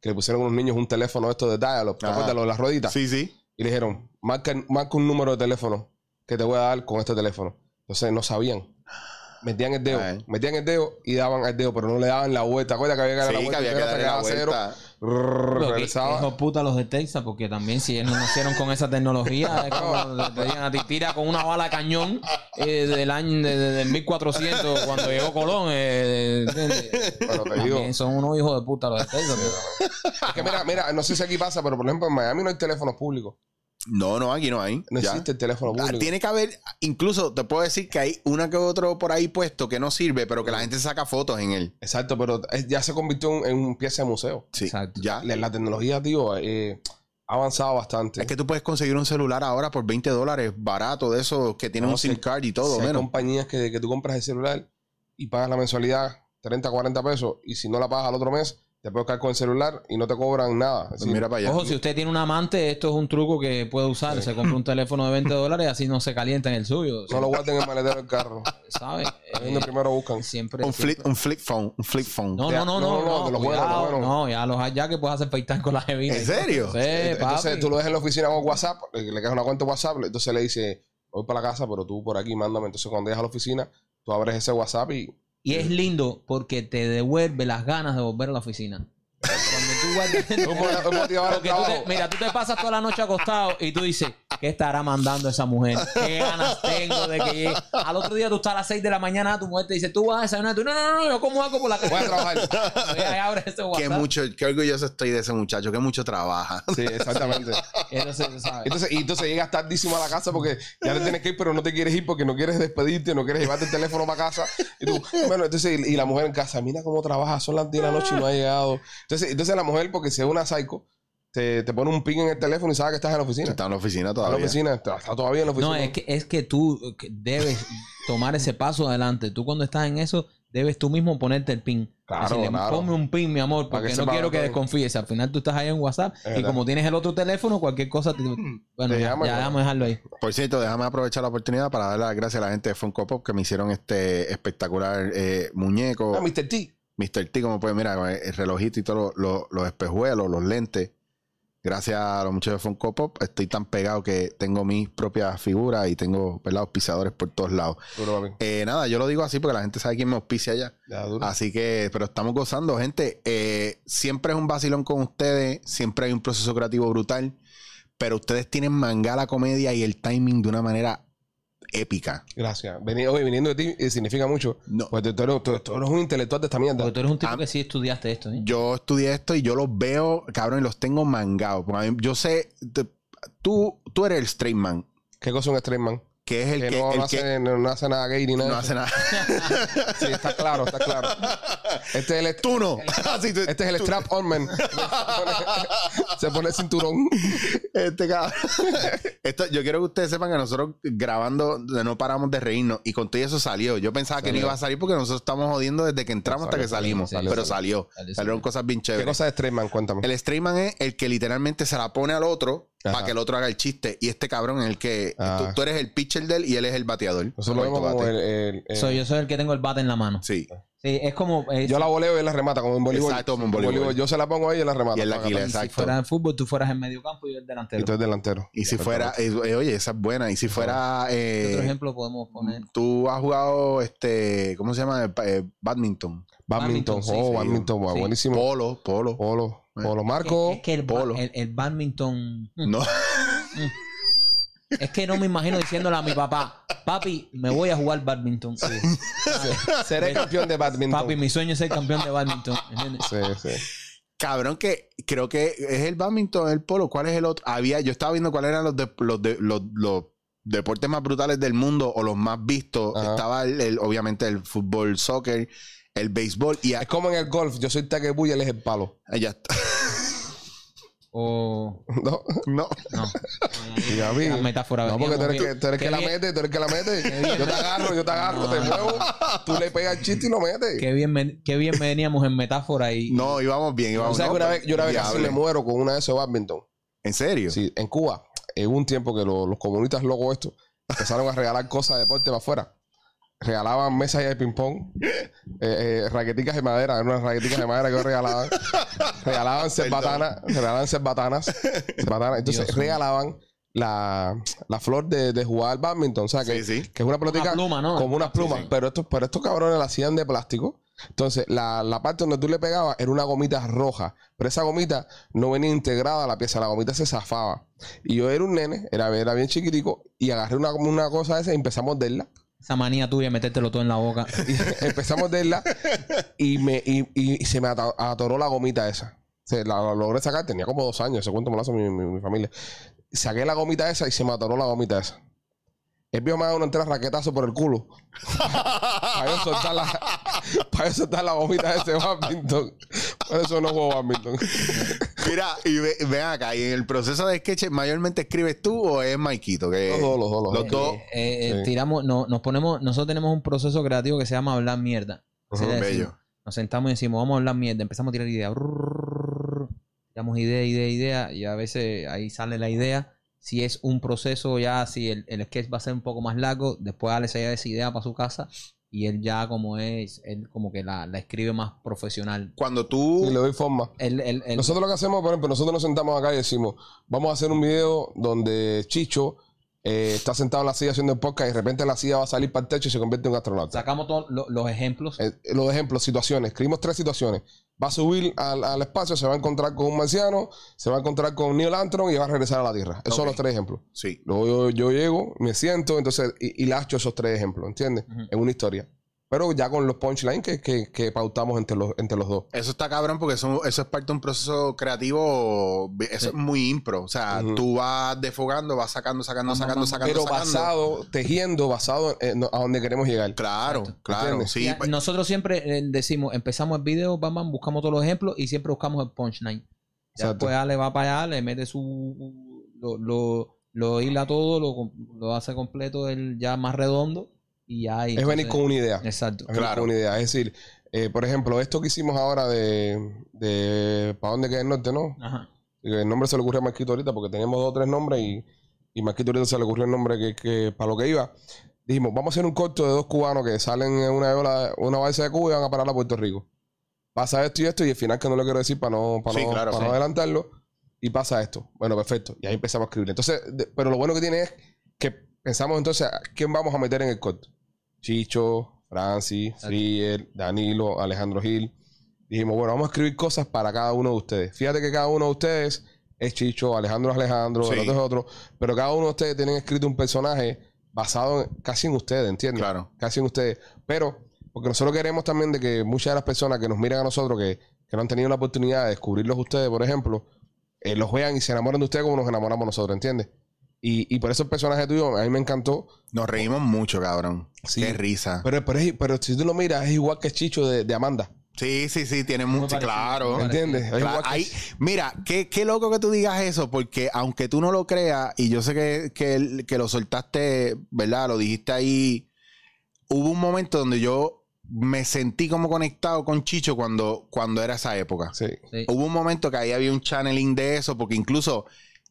que le pusieron a unos niños un teléfono esto de dial-up, ¿te acuerdas lo de las rueditas? Sí, sí. Y le dijeron, marca, marca un número de teléfono que te voy a dar con este teléfono. Entonces no sabían. Metían el dedo, Ay. metían el dedo y daban el dedo, pero no le daban la vuelta. ¿Te acuerdas que había que dar Sí, la que vuelta? había que Entera, darle se la quedaba cero, vuelta. rrr, Lo que- regresaba. Hijo puta los de Texas, porque también si ellos no nacieron con esa tecnología, es como te digan a ti, tira con una bala de cañón eh, del año de, de- del mil cuatrocientos cuando llegó Colón. Eh, ¿entiendes? Pero te digo, También son unos hijos de puta los de Texas. pero- es que mira, mira, no sé si aquí pasa, pero por ejemplo en Miami no hay teléfonos públicos. No, no, aquí no hay. No Ya. existe el teléfono Ah, público. tiene que haber, incluso te puedo decir que hay una que otro por ahí puesto que no sirve, pero que la gente saca fotos en él. Exacto, pero es- ya se convirtió en, en un pieza de museo. Sí, Exacto. ya. La, la tecnología, tío, eh, ha avanzado bastante. Es que tú puedes conseguir un celular ahora por veinte dólares, barato, de esos que tienen No, un si- SIM card y todo, Si hay menos. compañías que, que tú compras el celular y pagas la mensualidad treinta, cuarenta pesos y si no la pagas al otro mes, te puedes quedar con el celular y no te cobran nada. Es Pues decir, mira para allá. Ojo, si usted tiene un amante, esto es un truco que puede usar. Se compra un teléfono de veinte dólares y así no se calienta en el suyo. no lo guarden en el maletero del carro. ¿Sabes? Es donde primero buscan. Siempre. un, flip, siempre- un flip phone, un flip phone. No, Ya, no, no, no, no, no, no, de los cuidado, buenos, de los buenos. no, ya los hay ya que puedes hacer FaceTime con la jevita. ¿En serio? Sí, Entonces papi. tú lo dejas en la oficina con WhatsApp, le, le quedas una cuenta de WhatsApp, entonces le dice, voy para la casa, pero tú por aquí mándame. Entonces cuando llegas a la oficina, tú abres ese WhatsApp y Y es lindo porque te devuelve las ganas de volver a la oficina. Cuando tú guardas... tú puedes motivar el Porque tú te- trabajo. mira, tú te pasas toda la noche acostado y tú dices, ¿qué estará mandando esa mujer? ¿Qué ganas tengo de que llegue? Al otro día tú estás a las seis de la mañana, tu mujer te dice, tú vas a desayunar. Tú, no, no, no, yo como algo por la Voy a casa. trabajar. Y abres ese Qué WhatsApp. mucho, qué orgulloso estoy de ese muchacho, que mucho trabaja. Sí, exactamente. Entonces, ¿sabes? Entonces, y entonces llegas tardísimo a la casa porque ya te tienes que ir, pero no te quieres ir porque no quieres despedirte, no quieres llevarte el teléfono para casa. Y tú, bueno, entonces, y, y la mujer en casa, mira cómo trabaja, son las diez de la noche y no ha llegado. Entonces, entonces la mujer, porque si es una psycho, te, te pone un ping en el teléfono y sabe que estás en la oficina. Está en la oficina Está en todavía. la oficina, está, está todavía en la oficina. No, es que, es que tú que debes tomar ese paso adelante. Tú cuando estás en eso, debes tú mismo ponerte el pin. Claro, Decirle, claro. ponme un pin, mi amor, Para porque que no sepa quiero que todo. desconfíes. Al final tú estás ahí en WhatsApp Es y verdad. como tienes el otro teléfono, cualquier cosa... Te, bueno, Te ya, llama y ya bueno. vamos a dejarlo ahí. Por cierto, déjame aprovechar la oportunidad para darle las gracias a la gente de Funko Pop que me hicieron este espectacular eh, muñeco. Ah, mister T. mister T, como pueden mirar, el relojito y todos los, los- los espejuelos, los lentes. Gracias a los muchachos de Funko Pop, estoy tan pegado que tengo mis propias figuras y tengo pelados pisadores por todos lados. Duro, papi. Eh, nada, yo lo digo así porque la gente sabe quién me auspicia allá. Ya, duro. Así que, pero estamos gozando, gente. Eh, siempre es un vacilón con ustedes, siempre hay un proceso creativo brutal, pero ustedes tienen manga la comedia y el timing de una manera épica. Gracias. Veni- oye, viniendo de ti eh, significa mucho. No. Pues tú, tú eres, tú- tú eres un intelectual de esta mierda. Porque tú eres un tipo Ah. que sí estudiaste esto, ¿eh? Yo estudié esto y yo los veo, cabrón, y los tengo mangados. Porque a mí- yo sé, te- tú, tú eres el straight man, ¿Qué cosa es un straight man? que es el Que, que, no, el no que hace, no, no hace nada gay ni nada. no de hace eso. nada. Sí, está claro, está claro. Este es el, Tú no. Así tú- este es el tú- strap on man. Se pone el cinturón. Este cabrón. Esto, yo quiero que ustedes sepan que nosotros grabando no paramos de reírnos y con todo eso salió. Yo pensaba que no Salió. iba a salir porque nosotros estamos jodiendo desde que entramos hasta Salió, que salimos. salió, pero salió. salió. Salió, Salieron salió. cosas bien ¿Qué chéveres. cosa es straight man? Cuéntame. El straight man es el que literalmente se la pone al otro Ajá. para que el otro haga el chiste. Y este cabrón es el que... Ah. Tú, tú eres el pitcher de él y él es el bateador. Nosotros lo vemos Cuarto como bate. el... el- el- Soy, yo soy el que tengo el bate en la mano. Sí. Sí, es como... eh, yo la voleo y él la remata, como en voleibol. Exacto, como en voleibol. Yo se la pongo ahí y él la remata. Y él la Paga, quila, paga. si exacto. fuera en fútbol, tú fueras en medio campo y yo el Y delantero. tú eres delantero. Y si fuera... Perfecto. eh, eh, oye, esa es buena. Y si fuera... ¿Qué eh, otro ejemplo podemos poner? tú has jugado este... ¿Cómo se llama? Eh, badminton. Badminton. Badminton, sí, Oh, sí. badminton. wow, Sí. buenísimo. Polo. Polo. Polo. Polo. Marco. Es que el, ba- Polo. el, el badminton... mm, No. Es que no me imagino diciéndole a mi papá, papi, me voy a jugar badminton. Seré campeón de badminton. Papi, mi sueño es ser campeón de badminton. ¿Entiendes? Sí, sí. Cabrón, que creo que es el badminton, el polo. ¿Cuál es el otro? Había, yo estaba viendo cuáles eran los, de- los, de- los, los deportes más brutales del mundo o los más vistos. Ajá. Estaba el, el- obviamente el fútbol, soccer, el béisbol y a- Es como en el golf. Yo soy Tiger Woods y él es el palo. allá está. O... ¿No? No. No. Y a mí- Las metáforas. No, porque tú eres, veníamos que, tú eres bien. que la Qué bien- mete, tú eres que la mete. Yo te agarro, yo te agarro, te muevo. Tú le pegas el chiste y lo metes. Qué bien, me- qué bien veníamos en metáfora y... No, íbamos bien, O íbamos sea, que no, una vez, yo una vez casi diable. me muero con una de esos badminton. ¿En serio? Sí, en Cuba, en un tiempo que lo- los comunistas locos estos empezaron a regalar cosas de deporte para afuera. regalaban mesas de ping-pong, eh, eh, raqueticas de madera, eran unas raqueticas de madera que regalaban. regalaban cerbatanas, regalaban cerbatanas. cerbatanas. Entonces Dios regalaban la, la flor de, de jugar al badminton, o sea, que, sí, sí. que es una pelotica una pluma, ¿no? como unas plumas, sí, sí. pero estos, pero estos cabrones la hacían de plástico. Entonces, la, la parte donde tú le pegabas era una gomita roja, pero esa gomita no venía integrada a la pieza, la gomita se zafaba. Y yo era un nene, era, era bien chiquitico, y agarré una, una cosa de esa y empezamos a morderla. Esa manía tuya de metértelo todo en la boca. Y empezamos a morderla y, me, y, y se me atoró la gomita esa. Se la, la logré sacar, tenía como dos años, ese cuento me lo hace mi, mi, mi familia. Saqué la gomita esa y se me atoró la gomita esa. El viejo me da una entera raquetazo por el culo. Para yo soltar la, para yo soltar la gomita de ese badminton. Por eso no juego badminton. Mira, y ve, ven acá, y en el proceso de sketch, ¿mayormente escribes tú o es Maikito? Que los dos, los dos. Los, los dos. Eh, eh, sí. Tiramos, no, nos ponemos, nosotros tenemos un proceso creativo que se llama hablar mierda. Uh-huh, decimos, bello. Nos sentamos y decimos, vamos a hablar mierda. Empezamos a tirar ideas. Tiramos idea, idea, idea. Y a veces ahí sale la idea. Si es un proceso ya, si el, el sketch va a ser un poco más largo, después Alex se lleva esa idea para su casa y él ya como es, él como que la, la escribe más profesional. Cuando tú... Sí, le doy forma. El, el, el... Nosotros lo que hacemos, por ejemplo, nosotros nos sentamos acá y decimos, vamos a hacer un video donde Chicho eh, está sentado en la silla haciendo el podcast y de repente la silla va a salir para el techo y se convierte en un astronauta. Sacamos todos lo, los ejemplos. Eh, los ejemplos, situaciones. Escribimos tres situaciones. Va a subir al, al espacio, se va a encontrar con un marciano, se va a encontrar con Neil Armstrong y va a regresar a la Tierra. Esos okay. son los tres ejemplos. Sí. Luego yo, yo llego, me siento, entonces, y, y lacho esos tres ejemplos, ¿entiendes? Uh-huh. En una historia. Pero ya con los punchlines que, que, que pautamos entre los, entre los dos. Eso está cabrón porque eso, eso es parte de un proceso creativo. Eso sí. es muy impro. O sea, uh-huh. tú vas desfogando, vas sacando, sacando, Vamos, sacando, sacando, Pero sacando. basado, tejiendo, basado en, a donde queremos llegar. Claro, Exacto. claro. Sí. Ya, nosotros siempre decimos, empezamos el video, bam, bam, buscamos todos los ejemplos y siempre buscamos el punchline. Ya después Ale va para allá, le mete su... Lo, lo, lo hila todo, lo, lo hace completo, el ya más redondo. Y ya, y es entonces, venir con una idea. Exacto. Es claro. Con una idea. Es decir, eh, por ejemplo, esto que hicimos ahora de, de ¿para dónde queda el norte, no? Ajá. El nombre se le ocurrió a Marquito ahorita porque teníamos dos o tres nombres y, y Marquito ahorita se le ocurrió el nombre que, que para lo que iba. Dijimos, vamos a hacer un corto de dos cubanos que salen en una ola, una balsa de Cuba y van a parar a Puerto Rico. Pasa esto y esto y al final que no lo quiero decir para no, para sí, no, claro, para sí. no adelantarlo. Y pasa esto. Bueno, perfecto. Y ahí empezamos a escribir. Entonces, de, pero lo bueno que tiene es que pensamos entonces, ¿quién vamos a meter en el corto? Chicho, Francis, Frier, Danilo, Alejandro Gil. Dijimos, bueno, vamos a escribir cosas para cada uno de ustedes. Fíjate que cada uno de ustedes es Chicho, Alejandro es Alejandro, sí. el otro es otro. Pero cada uno de ustedes tienen escrito un personaje basado en, casi en ustedes, ¿entiendes? Claro. Casi en ustedes. Pero, porque nosotros queremos también de que muchas de las personas que nos miran a nosotros, que, que no han tenido la oportunidad de descubrirlos ustedes, por ejemplo, eh, los vean y se enamoran de ustedes como nos enamoramos nosotros, ¿entiendes? Y, y por eso el personaje tuyo a mí me encantó. Nos reímos mucho, cabrón. Sí. Qué risa. Pero, pero, pero si tú lo miras, es igual que Chicho de, de Amanda. Sí, sí, sí. Tiene mucho. Claro. ¿Entiendes? Claro. Igual que... Hay, mira, qué, qué loco que tú digas eso, porque aunque tú no lo creas, y yo sé que, que, que lo soltaste, ¿verdad? Lo dijiste ahí. Hubo un momento donde yo me sentí como conectado con Chicho cuando, cuando era esa época. Sí. sí. Hubo un momento que ahí había un channeling de eso, porque incluso...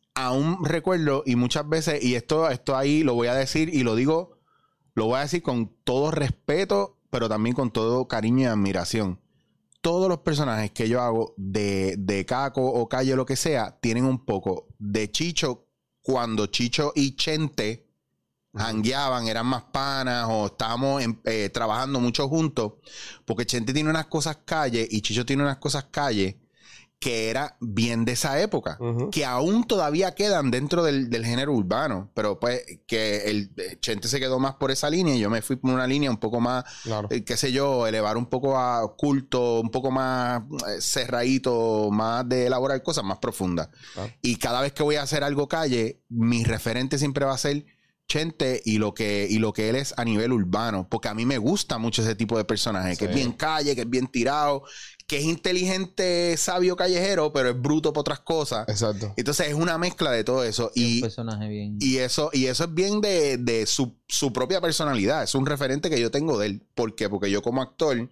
Aún recuerdo, y muchas veces, y esto, esto ahí lo voy a decir, y lo digo, lo voy a decir con todo respeto, pero también con todo cariño y admiración. Todos los personajes que yo hago de, de Caco o Calle o lo que sea, tienen un poco de Chicho cuando Chicho y Chente jangueaban, eran más panas o estábamos en, eh, trabajando mucho juntos, porque Chente tiene unas cosas Calle y Chicho tiene unas cosas Calle que era bien de esa época, uh-huh. que aún todavía quedan dentro del, del género urbano, pero pues que el Chente se quedó más por esa línea y yo me fui por una línea un poco más, claro. eh, qué sé yo, elevar un poco a culto, un poco más eh, cerradito, más de elaborar cosas más profundas. Claro. Y cada vez que voy a hacer algo Calle, mi referente siempre va a ser Chente y lo que y lo que él es a nivel urbano, porque a mí me gusta mucho ese tipo de personaje, sí. que es bien Calle, que es bien tirado, que es inteligente, sabio, callejero, pero es bruto por otras cosas. Exacto. Entonces es una mezcla de todo eso. Sí, y, un personaje bien. y eso y eso es bien de, de su, su propia personalidad. Es un referente que yo tengo de él. ¿Por qué? Porque yo como actor,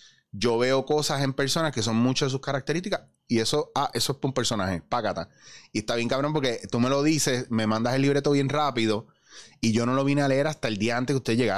yo veo cosas en personas que son muchas de sus características y eso, ah, eso es para un personaje, págata. Y está bien cabrón porque tú me lo dices, me mandas el libreto bien rápido y yo no lo vine a leer hasta el día antes que ustedes llegaron.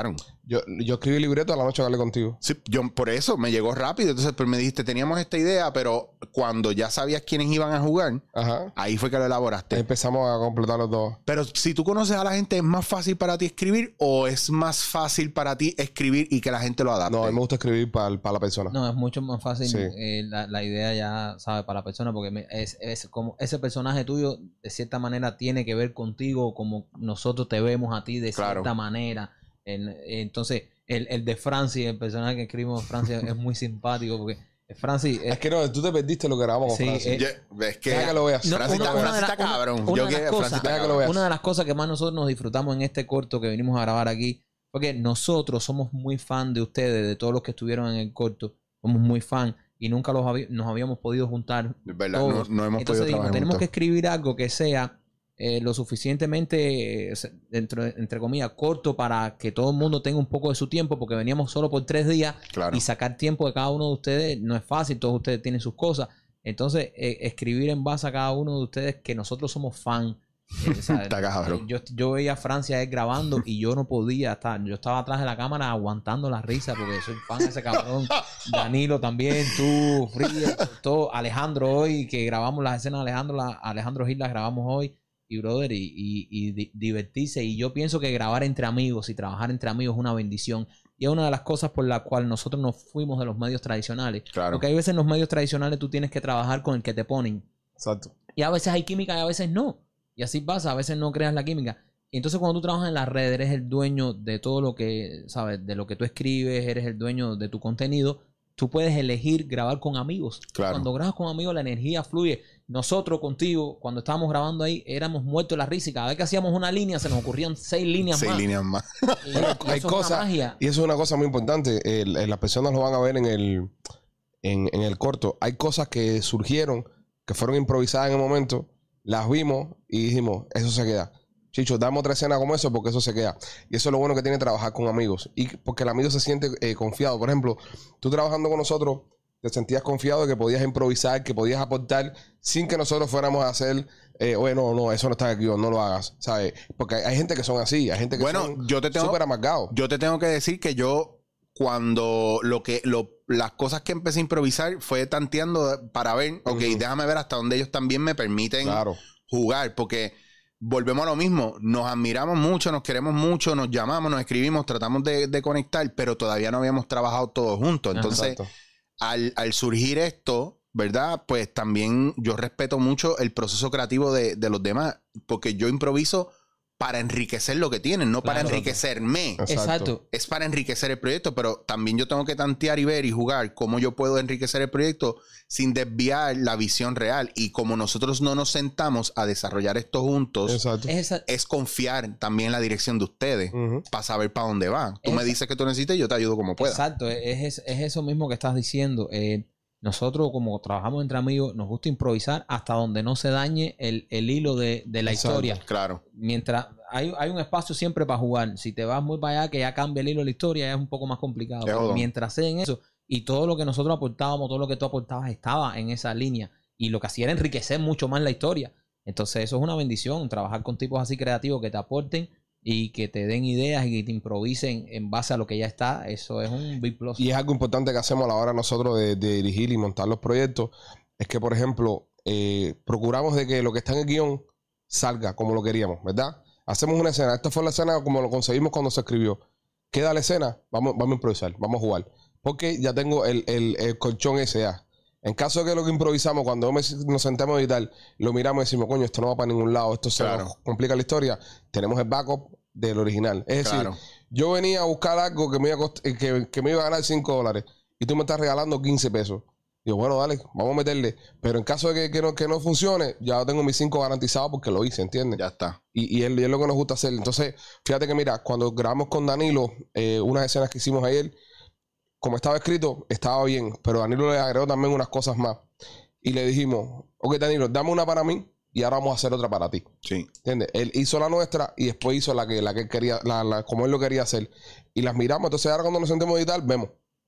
Yo, yo escribí el libreto a la noche que hablé contigo. Sí, yo por eso me llegó rápido. Entonces, pues me dijiste, teníamos esta idea, pero cuando ya sabías quiénes iban a jugar, Ajá. ahí fue que lo elaboraste. Ahí empezamos a completar los dos. Pero si tú conoces a la gente, ¿es más fácil para ti escribir o es más fácil para ti escribir y que la gente lo adapte? No, a mí me gusta escribir para, para la persona. No, es mucho más fácil Sí. eh, la, la idea ya, ¿sabes? Para la persona, porque me- es, es como ese personaje tuyo, de cierta manera, tiene que ver contigo como nosotros te vemos a ti de Claro. cierta manera. En- entonces, el, el de Francis, el personaje que escribimos de Francis, es muy simpático porque Francis... Es que no, tú te perdiste lo que grabamos con Sí, Francis. eh, Yo- es que, Deja que lo veas. No, Francis una- está, una Francis de la- está cabrón. una- Yo una de que las Francis cosas- está Deja que lo cabrón. veas. Una de las cosas que más nosotros nos disfrutamos en este corto que venimos a grabar aquí fue que nosotros somos muy fan de ustedes, de todos los que estuvieron en el corto. Somos muy fan y nunca los habi- nos habíamos podido juntar. Es verdad, no, todos. no hemos Entonces podido dijimos, trabajar tenemos juntos. que escribir algo que sea eh, lo suficientemente, eh, se- dentro, entre comillas, corto para que todo el mundo tenga un poco de su tiempo, porque veníamos solo por tres días Claro. y sacar tiempo de cada uno de ustedes no es fácil, todos ustedes tienen sus cosas. Entonces, eh, escribir en base a cada uno de ustedes que nosotros somos fan. eh, ¿sabes? Está cabrón. Yo, yo veía a Francia él grabando y yo no podía estar. Yo estaba atrás de la cámara aguantando la risa porque soy fan de ese cabrón. Danilo también, tú, Free, todo. Alejandro hoy, que grabamos las escenas de Alejandro, la, Alejandro Gil las grabamos hoy. Y brother, y, y, y di- divertirse. Y yo pienso que grabar entre amigos y trabajar entre amigos es una bendición. Y es una de las cosas por la cual nosotros nos fuimos de los medios tradicionales. Claro. Porque hay veces en los medios tradicionales tú tienes que trabajar con el que te ponen. Exacto. Y a veces hay química y a veces no. Y así pasa, a veces no creas la química. Y entonces cuando tú trabajas en las redes, eres el dueño de todo lo que, ¿sabes? De lo que tú escribes, eres el dueño de tu contenido. Tú puedes elegir grabar con amigos. Claro. Cuando grabas con amigos, la energía fluye. Nosotros contigo, cuando estábamos grabando ahí, éramos muertos de la risa. Y cada vez que hacíamos una línea, se nos ocurrían seis líneas Seis más. líneas más. Y Bueno, eso hay es una cosas, magia. y eso es una cosa muy importante. El- el- las personas lo van a ver en el, en, en el corto. Hay cosas que surgieron, que fueron improvisadas en el momento, las vimos y dijimos, eso se queda. Chicho, dame otra escena como eso porque eso se queda. Y eso es lo bueno que tiene trabajar con amigos. Y porque el amigo se siente eh, confiado. Por ejemplo, tú trabajando con nosotros, te sentías confiado de que podías improvisar, que podías aportar sin que nosotros fuéramos a hacer, eh, oye, no, no, eso no está aquí, no lo hagas, ¿sabes? Porque hay, hay gente que son así, hay gente que Bueno, son yo te tengo- súper amargados. Yo te tengo que decir que yo, cuando lo que lo, las cosas que empecé a improvisar fue tanteando para ver, ok, Ujú. déjame ver hasta dónde ellos también me permiten Claro. jugar, porque volvemos a lo mismo, nos admiramos mucho, nos queremos mucho, nos llamamos, nos escribimos, tratamos de, de conectar, pero todavía no habíamos trabajado todos juntos. Ajá. Entonces, Exacto. al, al surgir esto, ¿verdad? Pues también yo respeto mucho el proceso creativo de, de los demás, porque yo improviso para enriquecer lo que tienen, no para Claro. enriquecerme. Exacto. Exacto. Es para enriquecer el proyecto, pero también yo tengo que tantear y ver y jugar cómo yo puedo enriquecer el proyecto sin desviar la visión real. Y como nosotros no nos sentamos a desarrollar esto juntos, Exacto. Es esa- es confiar también en la dirección de ustedes Ujú. para saber para dónde va. Tú me Esa- dices que tú necesitas y yo te ayudo como pueda. Exacto, es, es, es eso mismo que estás diciendo. Eh, nosotros, como trabajamos entre amigos, nos gusta improvisar hasta donde no se dañe el, el hilo de, de la Exacto. historia. Claro. Mientras hay, hay un espacio siempre para jugar. Si te vas muy para allá, que ya cambia el hilo de la historia, es un poco más complicado. Es Pero jodón. mientras sea en eso, y todo lo que nosotros aportábamos, todo lo que tú aportabas, estaba en esa línea. Y lo que hacía era enriquecer mucho más la historia. Entonces, eso es una bendición, trabajar con tipos así creativos que te aporten y que te den ideas y que te improvisen en base a lo que ya está. Eso es un big plus. Y es algo importante que hacemos a la hora nosotros de, de dirigir y montar los proyectos. Es que, por ejemplo, eh, procuramos de que lo que está en el guión salga como lo queríamos, ¿verdad? Hacemos una escena. Esta fue la escena como lo conseguimos cuando se escribió. Queda la escena, vamos, vamos a improvisar, vamos a jugar. Porque ya tengo el, el, el colchón ese ya. En caso de que lo que improvisamos, cuando me- nos sentemos y tal, lo miramos y decimos, coño, esto no va para ningún lado, esto se Claro. nos complica la historia, tenemos el backup del original. Es decir, Claro. yo venía a buscar algo que me iba a, cost- eh, que, que me iba a ganar cinco dólares y tú me estás regalando quince pesos. Digo, bueno, dale, vamos a meterle. Pero en caso de que, que no, que no funcione, ya tengo mis cinco garantizados porque lo hice, ¿entiendes? Ya está. Y, y, es, y es lo que nos gusta hacer. Entonces, fíjate que mira, cuando grabamos con Danilo, eh, unas escenas que hicimos ayer, como estaba escrito, estaba bien, pero Danilo le agregó también unas cosas más. Y le dijimos, ok, Danilo, dame una para mí y ahora vamos a hacer otra para ti. Sí. ¿Entiendes? Él hizo la nuestra y después hizo la que, la que él quería, la, la- como él lo quería hacer. Y las miramos, entonces ahora cuando nos sentemos a editar, vemos.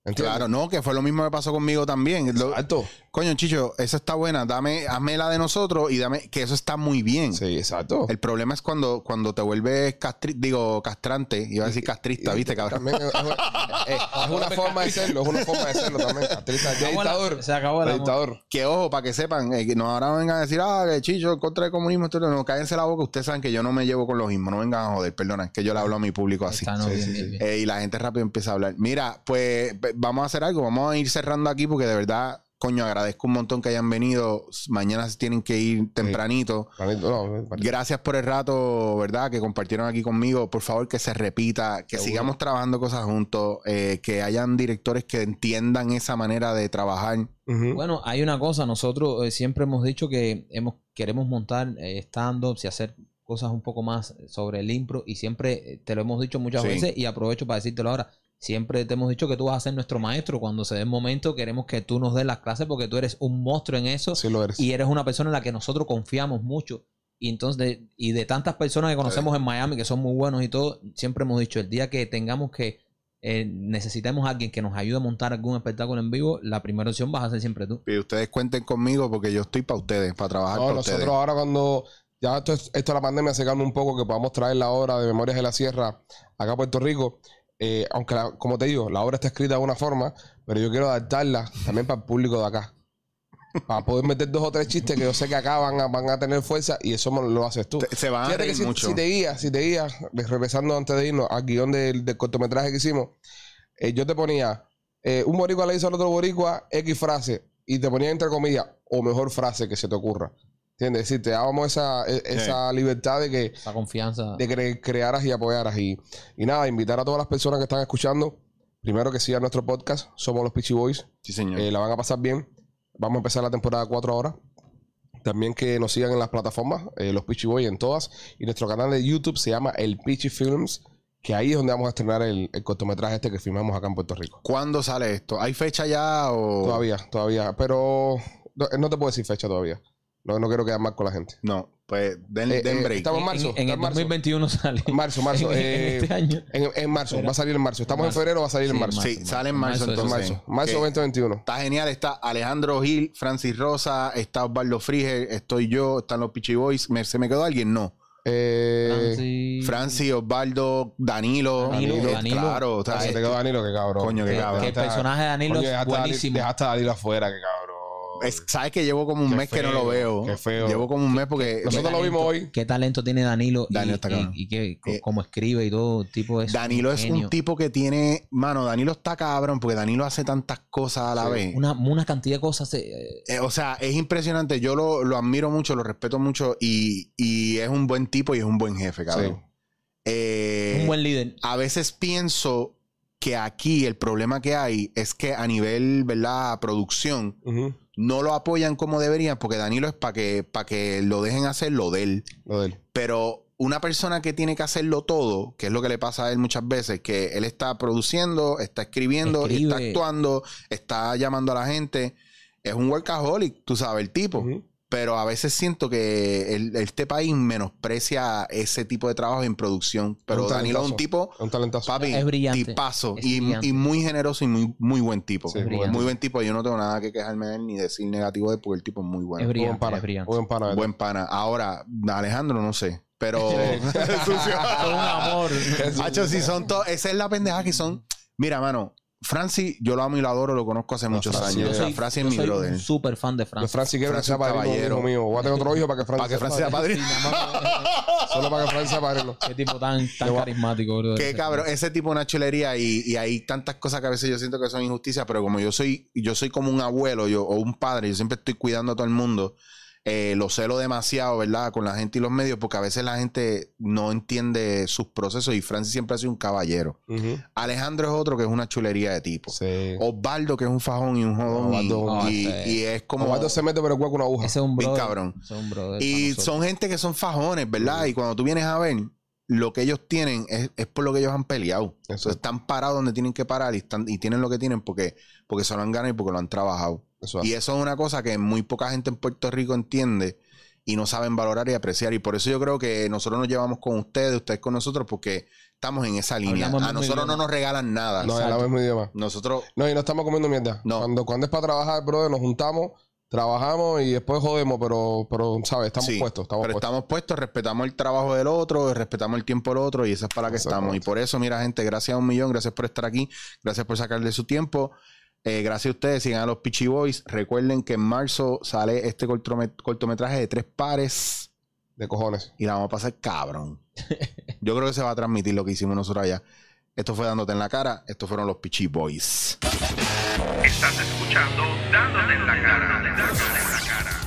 ¿Entiendes? Claro, no, que fue lo mismo que pasó conmigo también. Lo- Exacto. coño, Chicho, esa está buena. Dame, hazme la de nosotros y dame, que eso está muy bien. Sí, exacto. El problema es cuando, cuando te vuelves castri, digo, castrante, iba a decir castrista, ¿viste, cabrón? También es, es- es una forma de serlo, es una forma de serlo también. Castrista, de acabó la- dictador. se acabó el de amor. dictador. Que ojo, para que sepan, eh, que no ahora vengan a decir, ah, que Chicho, en contra del comunismo, esto, no, cállense la boca, ustedes saben que yo no me llevo con los mismos, no vengan a joder, perdona, es que yo le hablo a mi público así. Está, no, Sí, bien, sí, bien, sí. bien. Eh, y la gente rápido empieza a hablar. Mira, pues pe- vamos a hacer algo, vamos a ir cerrando aquí porque de verdad, coño, agradezco un montón que hayan venido. Mañana se tienen que ir tempranito. Manito, no, no, Gracias por el rato, ¿verdad? Que compartieron aquí conmigo. Por favor, que se repita, que Seguro. sigamos trabajando cosas juntos, eh, que hayan directores que entiendan esa manera de trabajar. Ujú. Bueno, hay una cosa, nosotros eh, siempre hemos dicho que hemos, queremos montar eh, stand-ups y hacer cosas un poco más sobre el impro y siempre eh, te lo hemos dicho muchas Sí. veces y aprovecho para decírtelo ahora. Siempre te hemos dicho que tú vas a ser nuestro maestro. Cuando se dé el momento, queremos que tú nos des las clases porque tú eres un monstruo en eso Sí lo eres. y eres una persona en la que nosotros confiamos mucho. Y entonces, de, y de tantas personas que conocemos en Miami que son muy buenos y todo, siempre hemos dicho, el día que tengamos que eh, necesitemos a alguien que nos ayude a montar algún espectáculo en vivo, la primera opción vas a ser siempre tú. Y ustedes cuenten conmigo porque yo estoy para ustedes, para trabajar No, para nosotros ustedes. ahora cuando ya esto, es- esto de la pandemia se calma un poco, que podamos traer la obra de Memorias de la Sierra acá a Puerto Rico, eh, aunque la- como te digo, la obra está escrita de una forma, pero yo quiero adaptarla también para el público de acá. Para poder meter dos o tres chistes que yo sé que acá van a, van a tener fuerza y eso me lo haces tú. Te- Se van a Fíjate reír que si, mucho. si te guías, si te guías, regresando antes de irnos al guión del, del cortometraje que hicimos, eh, yo te ponía eh, un boricua le dice al otro boricua X frase y te ponía entre comillas o mejor frase que se te ocurra. ¿Entiendes? Es decir, te dábamos esa, e- esa libertad de que, Esa confianza. de que cre- crearas y apoyaras. Y, y nada, invitar a todas las personas que están escuchando, primero que sigan nuestro podcast, somos los Peachy Boys. Sí, señor. Eh, la van a pasar bien. Vamos a empezar la temporada cuatro ahora. También que nos sigan en las plataformas, eh, los Peachy Boys en todas. Y nuestro canal de YouTube se llama El Peachy Films, que ahí es donde vamos a estrenar el, el cortometraje este que filmamos acá en Puerto Rico. ¿Cuándo sale esto? ¿Hay fecha ya o...? Todavía, todavía. Pero no, no te puedo decir fecha todavía. No, no quiero quedar mal con la gente. No, pues den, Eh, den eh, break. estamos en marzo. En, en está el en marzo. dos mil veintiuno sale. Marzo, marzo. En, en eh, este año. En, en marzo, Pero- va a salir en marzo. Estamos Marzo. en febrero, va a salir en Sí, marzo. Sí, marzo, sale en marzo, marzo, eso entonces. Marzo, marzo Que veinte veintiuno. Está genial. Está Alejandro Gil, Francis Rosa, está Osvaldo Friger, estoy yo, están los Peachy Boys. ¿Me- ¿Se me quedó alguien? No. Eh, Francis- Francis, Osvaldo, Danilo. Danilo, eh, Danilo. Claro. o sea, ah, se eh, te quedó Danilo, que cabrón. Coño, qué que- cabrón. que el personaje de Danilo Coño, es dejaste a Danilo- buenísimo. Dejaste a Danilo afuera, que cabrón. es- Sabes que llevo como un Qué mes que no feo, lo veo. qué feo. Llevo como un mes porque Nosotros lo vimos hoy. ¿Qué talento tiene Danilo? Y, Danilo está cabrón. y, y que, co- Eh, como escribe y todo, tipo es Danilo es genio. un tipo que tiene, mano, Danilo está cabrón porque Danilo hace tantas cosas a la Sí. vez. Una, una cantidad de cosas. eh, Eh, o sea, es impresionante. Yo lo, lo admiro mucho, lo respeto mucho y, y es un buen tipo y es un buen jefe, cabrón. Sí. Eh, un buen líder. a veces pienso que aquí el problema que hay es que a nivel, ¿verdad? Producción, Ujú, no lo apoyan como deberían porque Danilo es para que, para que lo dejen hacer lo de él. lo de él. Pero una persona que tiene que hacerlo todo, que es lo que le pasa a él muchas veces, que él está produciendo, está escribiendo, Escribe. está actuando, está llamando a la gente, es un workaholic, tú sabes, el tipo. Ujú. Pero a veces siento que el- este país menosprecia ese tipo de trabajo en producción. Pero Un Danilo es un talentazo. tipo, Un talentazo. papi, Es brillante. tipazo. Es Y, brillante. y muy generoso y muy, muy buen tipo. Sí, Es muy, brillante. buen tipo. Yo no tengo nada que quejarme de él ni decir negativo de él porque el tipo es muy bueno. Es Muy buen brillante, pana. es brillante. Muy buen pana, ¿verdad? Buen pana. Ahora, Alejandro, no sé. Pero. Son un amor. Hacho, si son todos. Esa es la pendeja que son. Mira, mano. Francis, yo lo amo y lo adoro, lo conozco hace muchos Francis, años. yo O sea, soy- Francis es yo mi soy brother. un súper fan de Yo, Francis. Francis Quebra, Francis sea padrino, caballero. hijo mío. Voy a tener otro hijo para que Francis Para que Francis sea padrino. Sí, nada más. Solo para que Francis sea padrino. Qué tipo tan, tan Yo voy a- carismático, bro. Qué cabrón, ese tipo es una chulería y, y hay tantas cosas que a veces yo siento que son injusticias, pero como yo soy, yo soy como un abuelo yo, o un padre, yo siempre estoy cuidando a todo el mundo, eh, lo celo demasiado, ¿verdad? Con la gente y los medios, porque a veces la gente no entiende sus procesos y Francis siempre ha sido un caballero. Ujú. Alejandro es otro que es una chulería de tipo. Sí. Osvaldo, que es un fajón y un jodón y, Osvaldo- y- Oh, sí. y es como... Osvaldo se mete por el hueco una aguja. Ese es un Bien brother. cabrón. Ese es un brother Y para nosotros. son gente que son fajones, ¿verdad? Y cuando tú vienes a ver, lo que ellos tienen es, es por lo que ellos han peleado. O sea, Exacto. están parados donde tienen que parar y, están, y tienen lo que tienen porque, porque se lo han ganado y porque lo han trabajado. Eso Y hace. eso es una cosa que muy poca gente en Puerto Rico entiende y no saben valorar y apreciar. Y por eso yo creo que nosotros nos llevamos con ustedes, ustedes con nosotros, porque estamos en esa línea. Hablamos A el nosotros mismo no nos regalan nada. No, es el mismo idioma. Nosotros, No, y no estamos comiendo mierda. No. Cuando, cuando es para trabajar, brother, nos juntamos, trabajamos y después jodemos, pero, pero ¿sabes? Estamos sí, puestos. Estamos pero puestos. estamos puestos, respetamos el trabajo del otro, respetamos el tiempo del otro y esa es para la que estamos. Y por eso, mira, gente, gracias a un millón, gracias por estar aquí, gracias por sacarle su tiempo. Eh, gracias a ustedes, sigan a los Peachy Boys. Recuerden que en marzo sale este cortomet- cortometraje de tres pares De cojones. y la vamos a pasar cabrón. Yo creo que se va a transmitir lo que hicimos nosotros allá. Esto fue Dándote en la Cara. Estos fueron los Peachy Boys. Estás escuchando Dándote en la Cara. Dándote en la Cara.